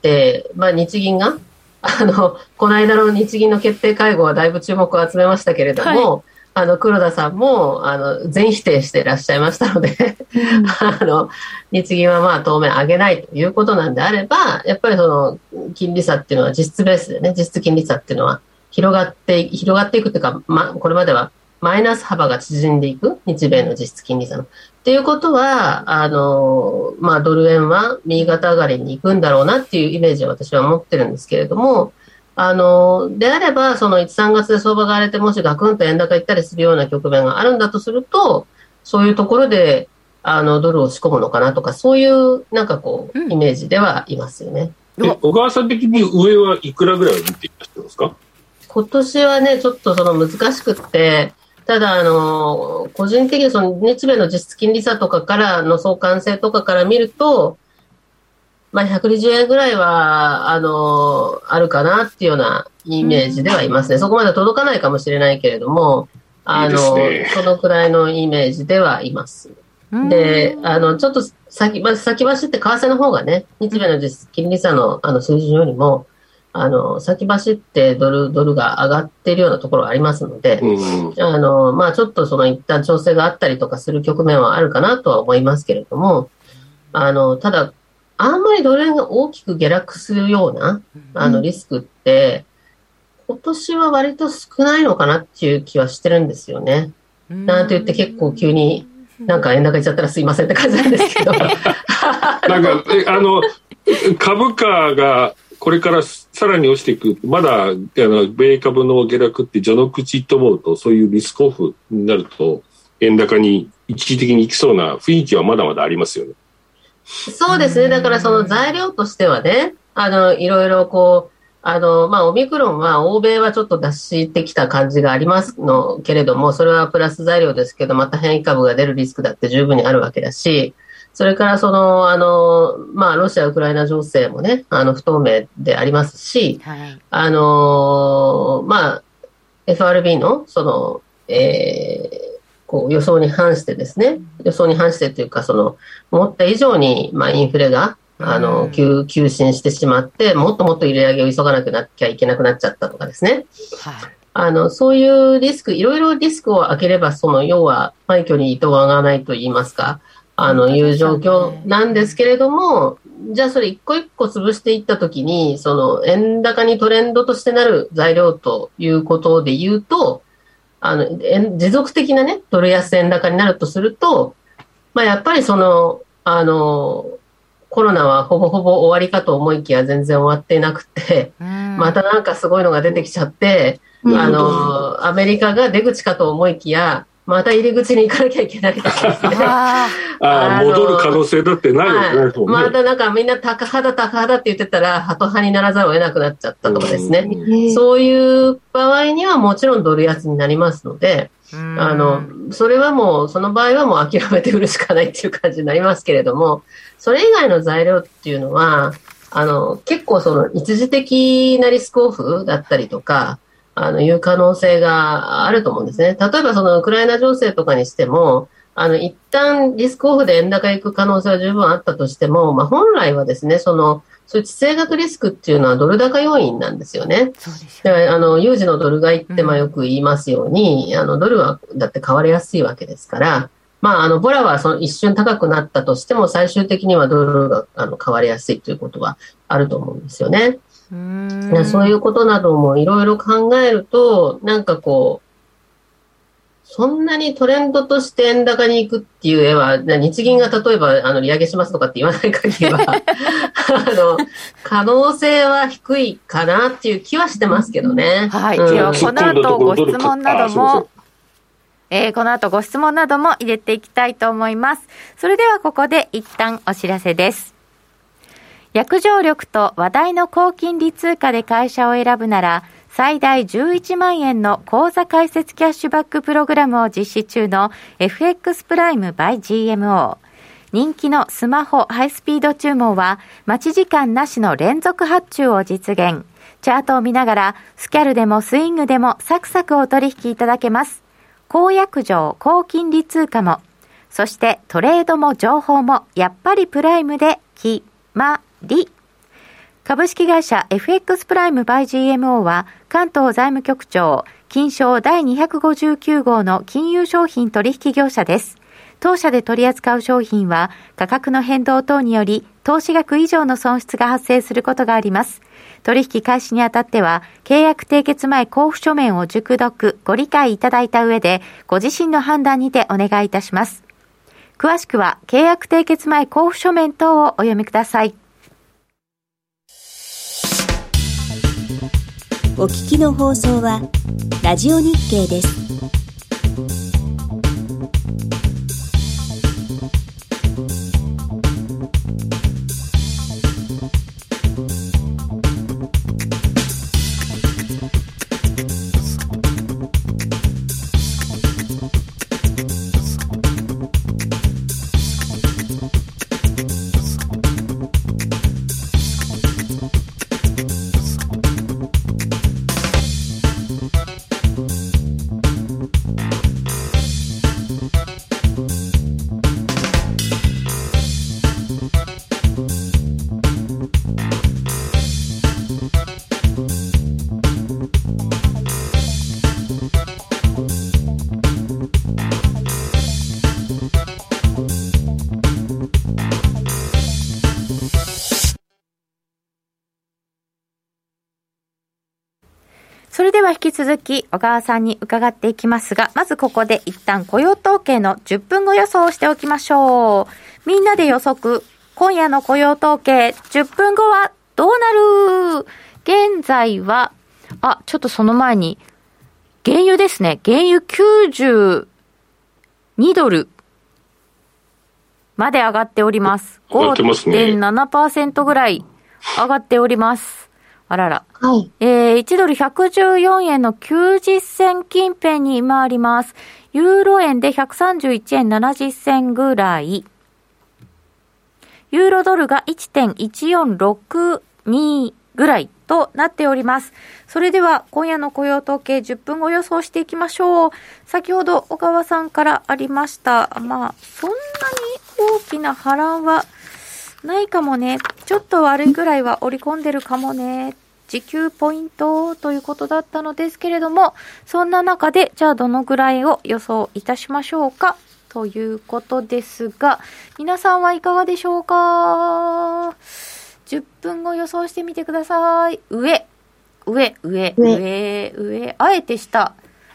B: まあ、日銀が、あの、この間の日銀の決定会合はだいぶ注目を集めましたけれども、はい、 あの黒田さんもあの全否定していらっしゃいましたのであの日銀はまあ当面上げないということなんであれば、やっぱりその金利差っていうのは実質ベースでね、実質金利差っていうのは広がって広がっていくというか、ま、これまではマイナス幅が縮んでいく、日米の実質金利差のっていうことは、あの、まあ、ドル円は右肩上がりに行くんだろうなっていうイメージを私は持ってるんですけれども、あの、であれば、そのいち、さんがつで相場が荒れて、もしガクンと円高行ったりするような局面があるんだとすると、そういうところで、あの、ドルを仕込むのかなとか、そういう、なんかこう、イメージではいますよね。
C: うん、え、小川さん的に上はいくらぐらいを見ていらっしゃいますか？
B: 今年はね、ちょっとその難しくって、ただ、あの、個人的にその日米の実質金利差とかからの相関性とかから見ると、まあ、ひゃくにじゅうえんぐらいは、あの、あるかなっていうようなイメージではいますね。そこまで届かないかもしれないけれども、あの、いいですね、そのくらいのイメージではいます。で、あの、ちょっと先、まず先走って為替の方がね、日米の実質金利差のあの水準よりも、あの、先走ってドル、ドルが上がっているようなところがありますので、うん、あの、まあちょっとその一旦調整があったりとかする局面はあるかなとは思いますけれども、あの、ただ、あんまりドル円が大きく下落するような、あの、リスクって、今年は割と少ないのかなっていう気はしてるんですよね。なんて言って結構急になんか円高いっちゃったらすいませんって感じなんですけど。なんか、
C: あの、株価が、これからさらに落ちていく、まだあの米株の下落って序の口と思うと、そういうリスクオフになると円高に一時的に行きそうな雰囲気はまだまだありますよね。
B: そうですね。だからその材料としてはね、あのいろいろこうあのまあオミクロンは欧米はちょっと出してきた感じがありますのけれども、それはプラス材料ですけど、また変異株が出るリスクだって十分にあるわけだし。それからその、あの、まあ、ロシア・ウクライナ情勢もね、あの、不透明でありますし、はい、あの、まあ、エフアールビー の、その、えー、こう予想に反してですね、予想に反してというか、その、思った以上に、まあ、インフレが、あの、急、急進してしまって、もっともっと入れ上げを急がなくなきゃいけなくなっちゃったとかですね。はい、あの、そういうリスク、いろいろリスクを開ければ、その、要は、廃墟に糸が上がらないと言いますか、あのいう状況なんですけれども、じゃあそれ一個一個潰していったときに、その円高にトレンドとしてなる材料ということで言うと、あの持続的なね、ドル安円高になるとすると、まあ、やっぱりその、あの、コロナはほぼほぼ終わりかと思いきや全然終わっていなくて、またなんかすごいのが出てきちゃって、あの、アメリカが出口かと思いきや、また入り口に行かなきゃいけないとかですね。あ
C: あ、戻る可能性だってないよね。はい、
B: またなんかみんな高派だ高派だって言ってたら、ハト派にならざるを得なくなっちゃったとかですね。そういう場合にはもちろんドル安になりますので、あの、それはもう、その場合はもう諦めて売るしかないっていう感じになりますけれども、それ以外の材料っていうのは、あの、結構その一時的なリスクオフだったりとか、あの、いう可能性があると思うんですね。例えばそのウクライナ情勢とかにしても、あの、一旦リスクオフで円高行く可能性は十分あったとしても、まあ本来はですね、その、そういう地政学リスクっていうのはドル高要因なんですよね。そうですよね。だからあの、有事のドル買いってまあよく言いますように、うん、あの、ドルはだって買われやすいわけですから、まああの、ボラはその一瞬高くなったとしても、最終的にはドルがあの買われやすいということはあると思うんですよね。うーん、そういうことなどもいろいろ考えると、なんかこう、そんなにトレンドとして円高に行くっていう絵は、日銀が例えばあの利上げしますとかって言わない限りは、あの、可能性は低いかなっていう気はしてますけどね。
A: はい。うん、ではこの後ご質問なども、えー、この後ご質問なども入れていきたいと思います。それではここで一旦お知らせです。約定力と話題の高金利通貨で会社を選ぶなら、最大じゅういちまんえんの口座開設キャッシュバックプログラムを実施中の エフエックス プライム by ジーエムオー。人気のスマホハイスピード注文は待ち時間なしの連続発注を実現。チャートを見ながらスキャルでもスイングでもサクサクお取引いただけます。高約定、高金利通貨も、そしてトレードも情報もやっぱりプライムで決まり。株式会社 エフエックス プライム by ジーエムオー は関東財務局長金商だいにひゃくごじゅうきゅう号の金融商品取引業者です。当社で取り扱う商品は価格の変動等により投資額以上の損失が発生することがあります。取引開始にあたっては契約締結前交付書面を熟読ご理解いただいた上でご自身の判断にてお願いいたします。詳しくは契約締結前交付書面等をお読みください。
E: お聞きの放送はラジオ日経です。
A: それでは引き続き小川さんに伺っていきますが、まずここで一旦雇用統計のじゅっぷんご予想をしておきましょう。みんなで予測、今夜の雇用統計じゅっぷんごはどうなる？現在は、あ、ちょっとその前に原油ですね。原油きゅうじゅうにドルまで上がっております。
C: 上がってますね。
A: ごてんななパーセント ぐらい上がっております。あらら。はい。えー、いちドルひゃくじゅうよんえんのきゅうじゅっ銭近辺に今あります。ユーロ円でひゃくさんじゅういちえんななじゅっ銭ぐらい。ユーロドルが いってんいちよんろくに ぐらいとなっております。それでは今夜の雇用統計じゅっぷんご予想していきましょう。先ほど小川さんからありました。まあ、そんなに大きな波乱はないかもね。ちょっと悪いぐらいは織り込んでるかもね。時給ポイントということだったのですけれども、そんな中でじゃあどのぐらいを予想いたしましょうかということですが、皆さんはいかがでしょうか？じゅっぷんご予想してみてください。上、上、上、上、上、あえて下。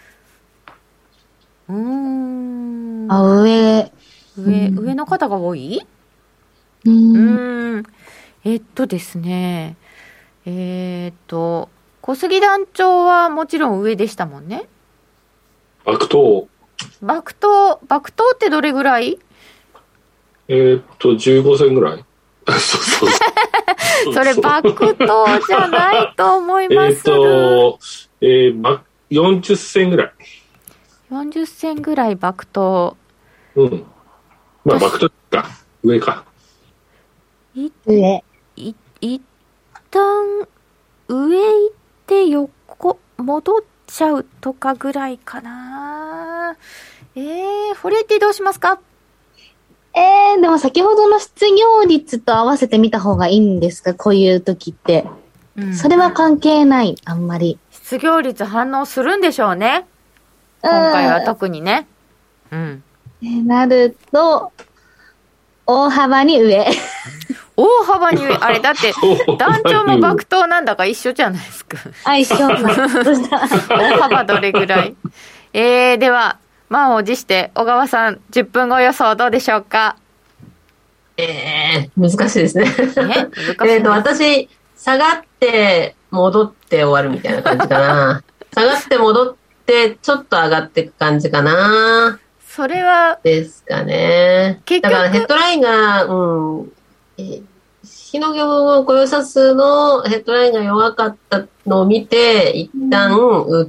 A: うーん。
D: あ、上。
A: 上、上の方が多い？
D: うーん。
A: うーん。えっとですね。えー、っと、小杉団長はもちろん上でしたもんね。
C: 爆投。
A: 爆投、爆投ってどれぐらい？
C: えー、っと、じゅうご銭ぐらいそうそうそう。
A: それ爆投じゃないと思います。
C: えーっと、えー、よんじゅっ銭ぐらい。
A: よんじゅっ銭ぐらい爆投。
C: うん。まあ、爆投か。上か。
D: い上。
A: い、い、一旦上行って横戻っちゃうとかぐらいかな。えー、フォレッティどうしますか？
D: えー、でも先ほどの失業率と合わせてみた方がいいんですか？こういう時って、うん、それは関係ない。あんまり
A: 失業率反応するんでしょうね、今回は特にね。うん、
D: えー、なると大幅に上
A: 大幅に上。あれだって団長も爆投なんだか一緒じゃないですか。
D: あ、一緒。
A: 大幅どれぐらい？えー、では満を持して小川さんじゅっぷんご予想どうでしょうか？
B: えー、難しいですね。
A: ね、難しい
B: えっと私下がって戻って終わるみたいな感じかな。下がって戻ってちょっと上がっていく感じかな。
A: それは
B: ですかね。
A: 結局
B: だからヘッドラインが、うん、え日野業の雇用者数のヘッドラインが弱かったのを見て一旦売って、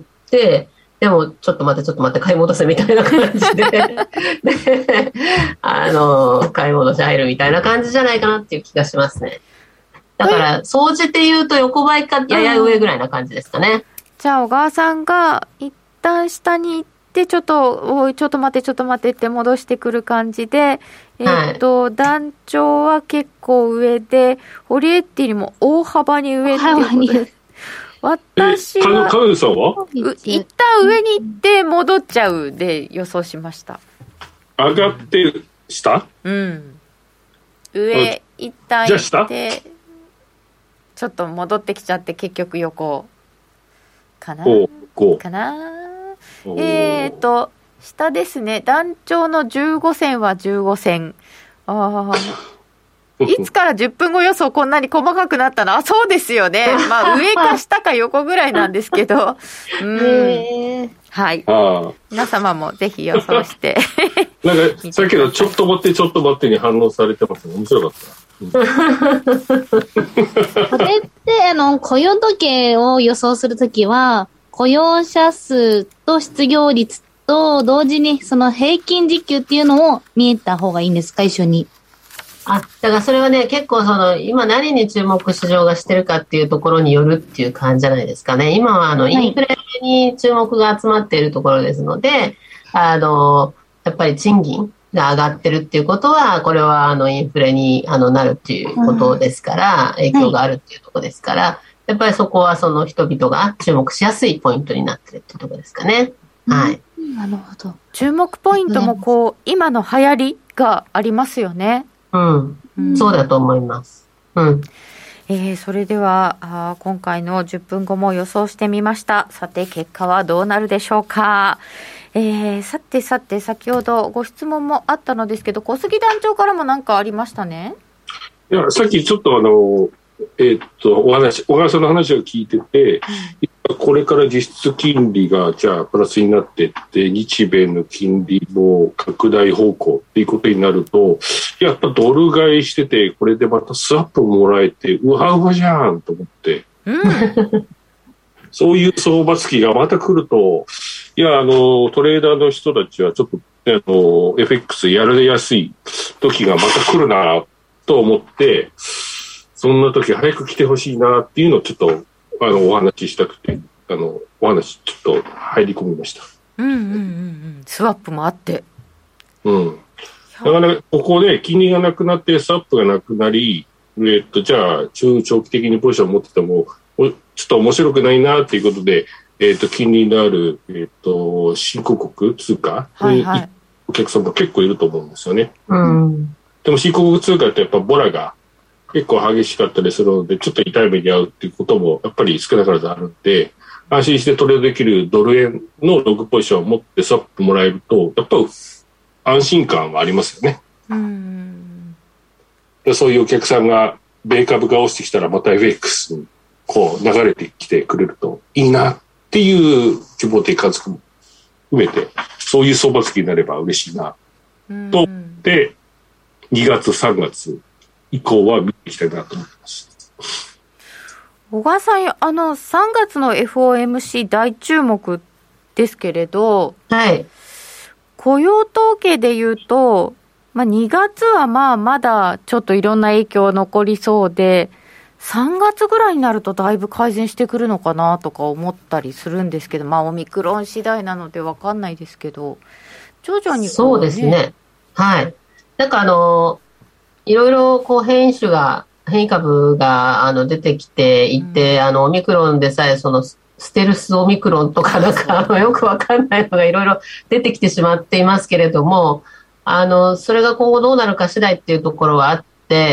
B: でもちょっと待ってちょっと待って買い戻せみたいな感じでであの買い戻し入るみたいな感じじゃないかなっていう気がしますね。だから総じて言うと横ばいかやや上ぐらいな感じですかね。
A: じゃあ小川さんが一旦下に行ってちょっとおいちょっと待ってちょっと待ってって戻してくる感じで、えー、っと、はい、団長は結構上でホリエッティにも大幅に上っていうことで私は
C: カヌさんは
A: 一旦上に行って戻っちゃうで予想しました。
C: 上がって下？
A: うん。上一旦行ってちょっと戻ってきちゃって結局横かなかな。えーと下ですね。団長のじゅうご銭はじゅうご銭。ああ。いつからじゅっぷんご予想こんなに細かくなったの？あ、そうですよね。まあ上か下か横ぐらいなんですけど。うん。はい。皆様もぜひ予想して。
C: なんかさっきのちょっと待ってちょっと待ってに反応されてますね。面白かった。
D: これってあの雇用統計を予想するときは雇用者数と失業率と同時にその平均時給っていうのを見えた方がいいんですか、一緒に。
B: あ、だからそれはね、結構その、今何に注目市場がしてるかっていうところによるっていう感じじゃないですかね。今はあの、インフレに注目が集まっているところですので、あの、やっぱり賃金が上がってるっていうことは、これはあの、インフレにあのなるっていうことですから、影響があるっていうところですから、やっぱりそこはその人々が注目しやすいポイントになってるっていうところですかね。はい。
D: なるほど。
A: 注目ポイントもこう、今の流行りがありますよね。
B: うん、うん、そうだと思います。うん。
A: えー、それではあ今回のじゅっぷんごも予想してみました。さて結果はどうなるでしょうか。えー、さてさて先ほどご質問もあったのですけど、小杉団長からも何かありましたね。
C: いや、さっきちょっとあのえー、っとお話小川さんの話を聞いてて、うん、これから実質金利がじゃあプラスになっていって日米の金利も拡大方向っていうことになると、やっぱドル買いしててこれでまたスワップもらえてうわうわじゃんと思って、うん、そういう相場月がまた来ると、いやあのトレーダーの人たちはちょっと、ね、あの エフエックス やられやすい時がまた来るなと思って、そんな時早く来てほしいなっていうのをちょっとあのお話ししたくて、あのお話ちょっと入り込みました。
A: うんうんうんうん。スワップもあって。
C: うん。だからここで金利がなくなってスワップがなくなり、えっとじゃあ中長期的にポジションを持っててもちょっと面白くないなっていうことで、えっと金利のあるえっと新興国通貨に、はいはい、お客さんも結構いると思うんですよね。
B: うん。
C: でも新興国通貨ってやっぱボラが結構激しかったりするので、ちょっと痛い目に遭うっていうこともやっぱり少なからずあるんで、安心してトレードできるドル円のログポジションを持ってスワップもらえると、やっぱり安心感はありますよね。
A: うん
C: でそういうお客さんが米株が落ちてきたらまた エフエックス にこう流れてきてくれるといいなっていう希望的観測も含めて、そういう相場月になれば嬉しいなと思ってにがつさんがつ以降は見ていきたいなと思ってます。
A: 小川さん、あのさんがつの エフオーエムシー 大注目ですけれど、
B: はい、
A: 雇用統計でいうと、まあ、にがつはまあまだちょっといろんな影響残りそうで、さんがつぐらいになるとだいぶ改善してくるのかなとか思ったりするんですけど、まあオミクロン次第なので分かんないですけど、徐々に、ね、
B: そうですね。はい。なんかあのいろいろこう変異種が変異株があの出てきていて、うん、あのオミクロンでさえそのステルスオミクロンとかなんかあのよくわかんないのがいろいろ出てきてしまっていますけれども、あのそれが今後どうなるか次第っていうところはあって、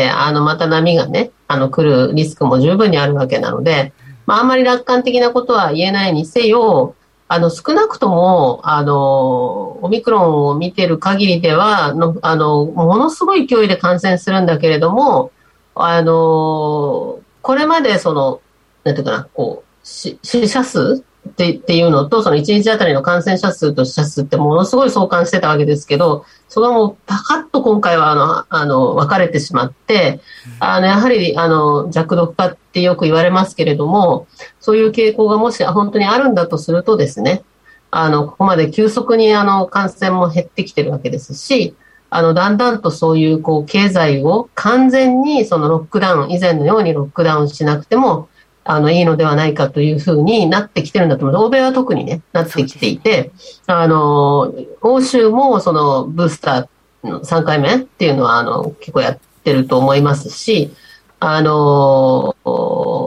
B: あのまた波がねあの来るリスクも十分にあるわけなので、まあ、あんまり楽観的なことは言えないにせよ、あの少なくともあのオミクロンを見てる限りではのあのものすごい勢いで感染するんだけれども、あのこれまでそのなんていうかなこう死者数って、っていうのとそのいちにちあたりの感染者数と死者数ってものすごい相関してたわけですけど、それはもうパカッと今回はあのあの分かれてしまって、あのやはりあの弱毒化ってよく言われますけれども、そういう傾向がもし本当にあるんだとするとですね、あのここまで急速にあの感染も減ってきてるわけですし、あのだんだんとそういうこう経済を完全にそのロックダウン以前のようにロックダウンしなくてもあのいいのではないかというふうになってきてるんだと思う。欧米は特にねなってきていて、あの欧州もそのブースターのさんかいめっていうのはあの結構やってると思いますし、あの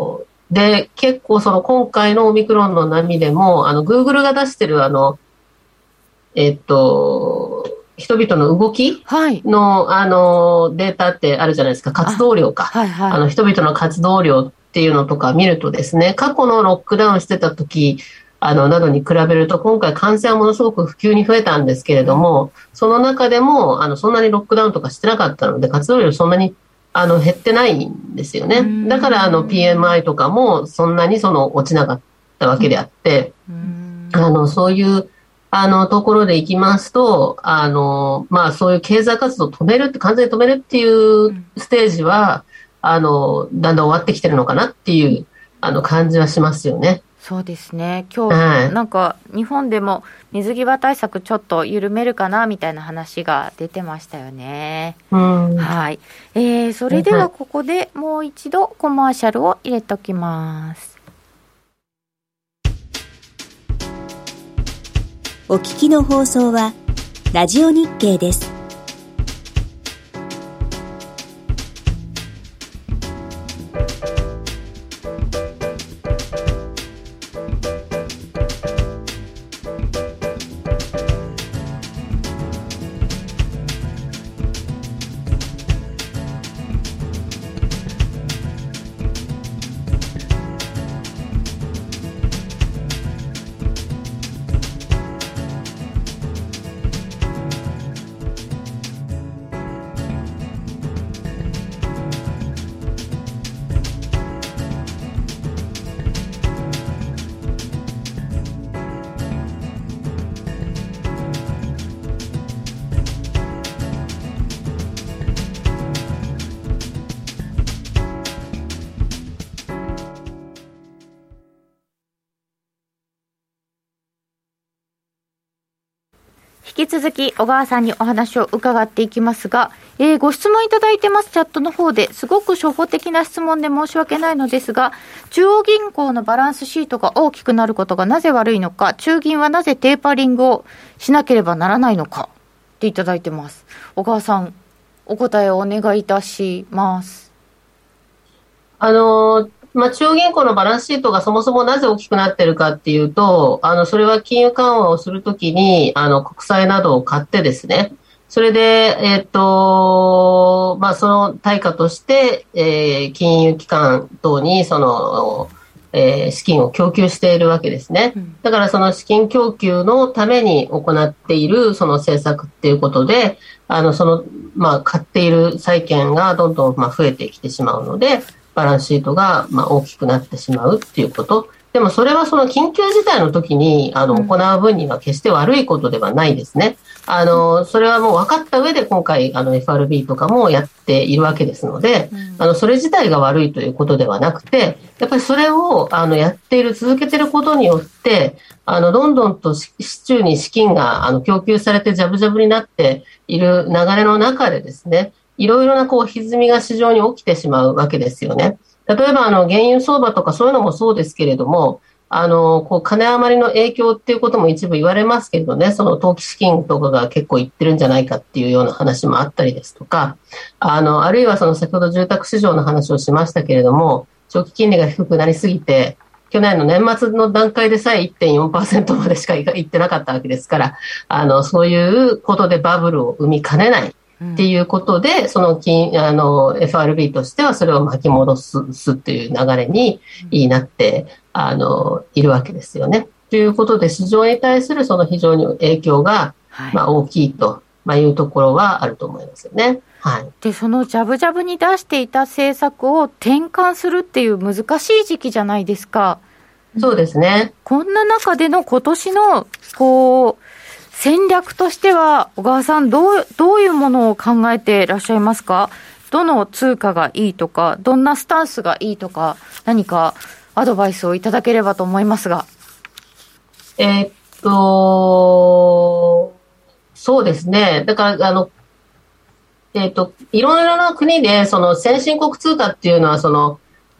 B: で、結構その今回のオミクロンの波でも、あの、Google が出してるあの、えっと、人々の動きの、はい、あの、データってあるじゃないですか、活動量か。はいはい、あの、人々の活動量っていうのとか見るとですね、過去のロックダウンしてた時、あの、などに比べると、今回感染はものすごく普及に増えたんですけれども、その中でも、あの、そんなにロックダウンとかしてなかったので、活動量そんなに、あの、減ってないんですよね。だから、あの、ピーエムアイ とかも、そんなにその、落ちなかったわけであって、あの、そういう、あの、ところでいきますと、あの、まあ、そういう経済活動を止めるって、完全に止めるっていうステージは、あの、だんだん終わってきてるのかなっていう、あの、感じはしますよね。
A: そうですね。今日、はい、なんか日本でも水際対策ちょっと緩めるかなみたいな話が出てましたよね。
B: うん、
A: はい、えー。それではここでもう一度コマーシャルを入れときます。
E: お聞きの放送はラジオ日経です。
A: 引き続き小川さんにお話を伺っていきますが、えー、ご質問いただいてます。チャットの方ですごく初歩的な質問で申し訳ないのですが、中央銀行のバランスシートが大きくなることがなぜ悪いのか、中銀はなぜテーパリングをしなければならないのかっていただいてます。小川さん、お答えをお願いいたします。
B: あのーまあ、中央銀行のバランスシートがそもそもなぜ大きくなっているかっていうと、あの、それは金融緩和をするときに、あの、国債などを買ってですね、それで、えっと、まあ、その対価として、えー、金融機関等に、その、えー、資金を供給しているわけですね。だからその資金供給のために行っているその政策っていうことで、あの、その、まあ、買っている債券がどんどん、まあ、増えてきてしまうので、バランスシートがまあ大きくなってしまうっていうこと。でもそれはその緊急事態の時にあの行う分には決して悪いことではないですね。あの、それはもう分かった上で今回あの エフアールビー とかもやっているわけですので、あの、それ自体が悪いということではなくて、やっぱりそれをあのやっている、続けていることによって、あの、どんどんと市中に資金があの供給されてジャブジャブになっている流れの中でですね、いろいろなこう歪みが市場に起きてしまうわけですよね。例えばあの原油相場とかそういうのもそうですけれども、あのこう金余りの影響っていうことも一部言われますけれどね、その投機資金とかが結構いってるんじゃないかっていうような話もあったりですとか、あのあるいはその先ほど住宅市場の話をしましたけれども、長期金利が低くなりすぎて、去年の年末の段階でさえ いってんよんパーセント までしかいってなかったわけですから、あのそういうことでバブルを生みかねないっていうことで、その金あの エフアールビー としてはそれを巻き戻すっていう流れになってあのいるわけですよね。ということで市場に対するその非常に影響が、はい、まあ、大きいというところはあると思いますよね。はい、
A: でそのジャブジャブに出していた政策を転換するっていう難しい時期じゃないですか。
B: そうですね。
A: こんな中での今年のこう戦略としては小川さんどう、どういうものを考えていらっしゃいますか？どの通貨がいいとか、どんなスタンスがいいとか、何かアドバイスをいただければと思いますが。
B: えー、っと、そうですね。だから、あの、えー、っと、いろいろな国で、その先進国通貨っていうのは、その、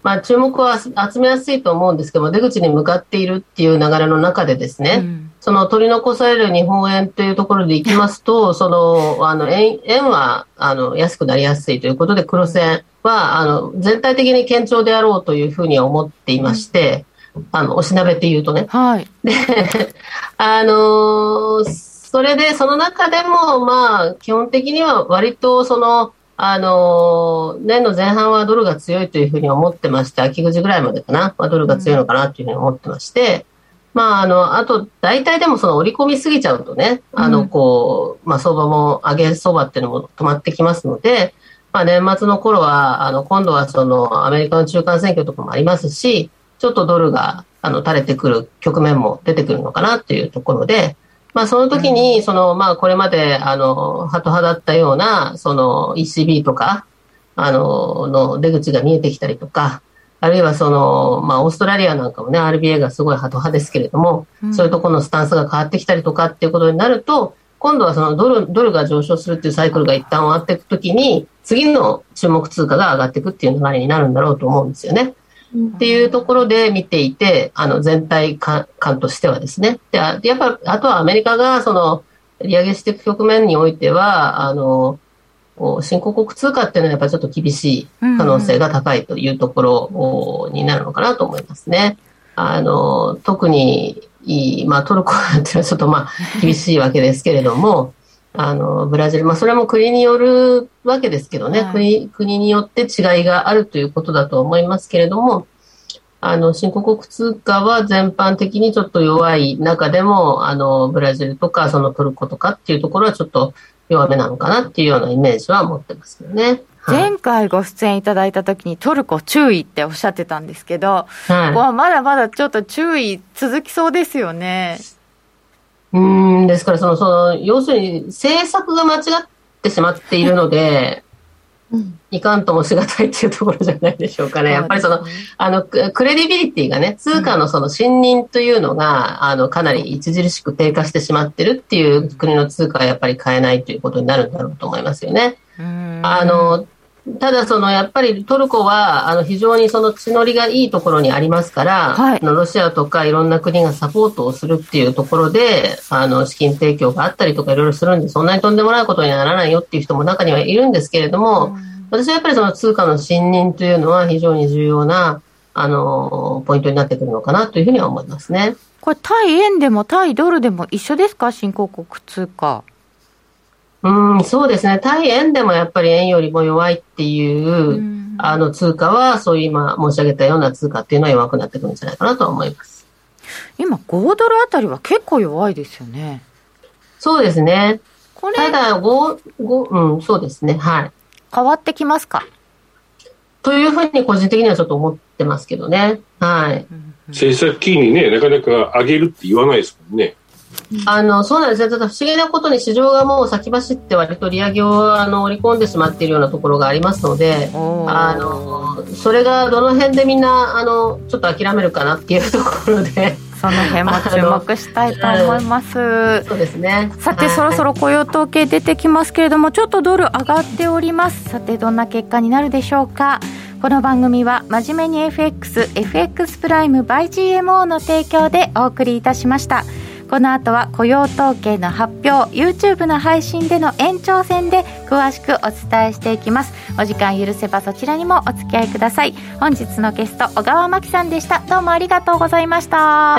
B: まあ、注目は集めやすいと思うんですけども、出口に向かっているっていう流れの中でですね、うん、その取り残される日本円というところでいきますと、そのあの 円, 円はあの安くなりやすいということで、黒線はあの全体的に堅調であろうというふうに思っていまして、うん、あのおしなべて言うとね、はい、であのそれでその中でも、まあ、基本的には割とそのあの年の前半はドルが強いというふうに思ってまして、秋口ぐらいまでかな、まあ、ドルが強いのかなというふうに思ってまして、うん、まあ、あのあと大体でもその織り込みすぎちゃうとね、あのこうまあ、相場も上げ相場っていうのも止まってきますので、まあ、年末の頃はあの今度はそのアメリカの中間選挙とかもありますし、ちょっとドルがあの垂れてくる局面も出てくるのかなというところで、まあ、その時にその、まあ、これまであのハト派だったようなその イーシービー とかあのの出口が見えてきたりとか、あるいはその、まあ、オーストラリアなんかもね アールビーエー がすごいハト派ですけれども、うん、そういうところのスタンスが変わってきたりとかっていうことになると、今度はそのドル、ドルが上昇するっていうサイクルが一旦終わっていくときに、次の注目通貨が上がっていくっていう流れになるんだろうと思うんですよね。っていうところで見ていて、あの全体感としてはですね。で、やっぱあとはアメリカがその利上げしていく局面においては、あの新興国通貨っていうのはやっぱりちょっと厳しい可能性が高いというところになるのかなと思いますね。あの特に、まあ、トルコなんていうのはちょっとまあ厳しいわけですけれども、あのブラジル、まあ、それも国によるわけですけどね、はい、国, 国によって違いがあるということだと思いますけれども、あの新興国通貨は全般的にちょっと弱い中でも、あのブラジルとかそのトルコとかっていうところはちょっと弱めなのかなっていうようなイメージは持ってますよね。はい、前
A: 回ご出演いただいた時にトルコ注意っておっしゃってたんですけど、はい、ここはまだまだちょっと注意続きそうですよね。
B: うーんですからそのその要するに政策が間違ってしまっているので、うん、いかんともしがたいっていうところじゃないでしょうかね。やっぱりそのあのクレディビリティがね、通貨のその信任というのが、うん、あのかなり著しく低下してしまってるっていう国の通貨はやっぱり買えないということになるんだろうと思いますよね。うんあのただそのやっぱりトルコはあの非常にその地の利がいいところにありますから、はい、ロシアとかいろんな国がサポートをするっていうところであの資金提供があったりとかいろいろするんで、そんなにとんでもないことにはならないよっていう人も中にはいるんですけれども、うん、私はやっぱりその通貨の信任というのは非常に重要なあのポイントになってくるのかなというふうには思いますね。
A: これ対円でも対ドルでも一緒ですか、新興国通貨。
B: うんそうですね、対円でもやっぱり円よりも弱いっていう、うん、あの通貨はそういう今申し上げたような通貨っていうのは弱くなってくるんじゃないかなとは思います。
A: 今ごドルあたりは結構弱いですよね。
B: そうですね。これただご、ご、うん、そうですね、はい。
A: 変わってきますか
B: というふうに個人的にはちょっと思ってますけどね。はい。
C: 政策金利ね、なかなか上げるって言わないですもんね。
B: あのそうなんですね。ただ不思議なことに市場がもう先走って割と利上げをあの織り込んでしまっているようなところがありますので、あのそれがどの辺でみんなあのちょっと諦めるかなっていうところで
A: その辺も注目したいと思います、うん、
B: そうですね。
A: さて、はい、そろそろ雇用統計出てきますけれども、ちょっとドル上がっております。さてどんな結果になるでしょうか。この番組は真面目に エフエックス エフエックス プライム by ジーエムオー の提供でお送りいたしました。この後は雇用統計の発表、 YouTube の配信での延長戦で詳しくお伝えしていきます。お時間許せばそちらにもお付き合いください。本日のゲスト小川真紀さんでした。どうもありがとうございました。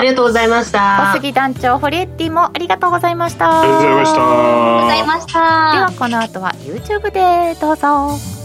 B: ありがとうございました。
A: 小杉団長、ホリエッティもありがとうございました。
C: ありがとうございました。
D: ありがとうございました。
A: ではこの後は YouTube でどうぞ。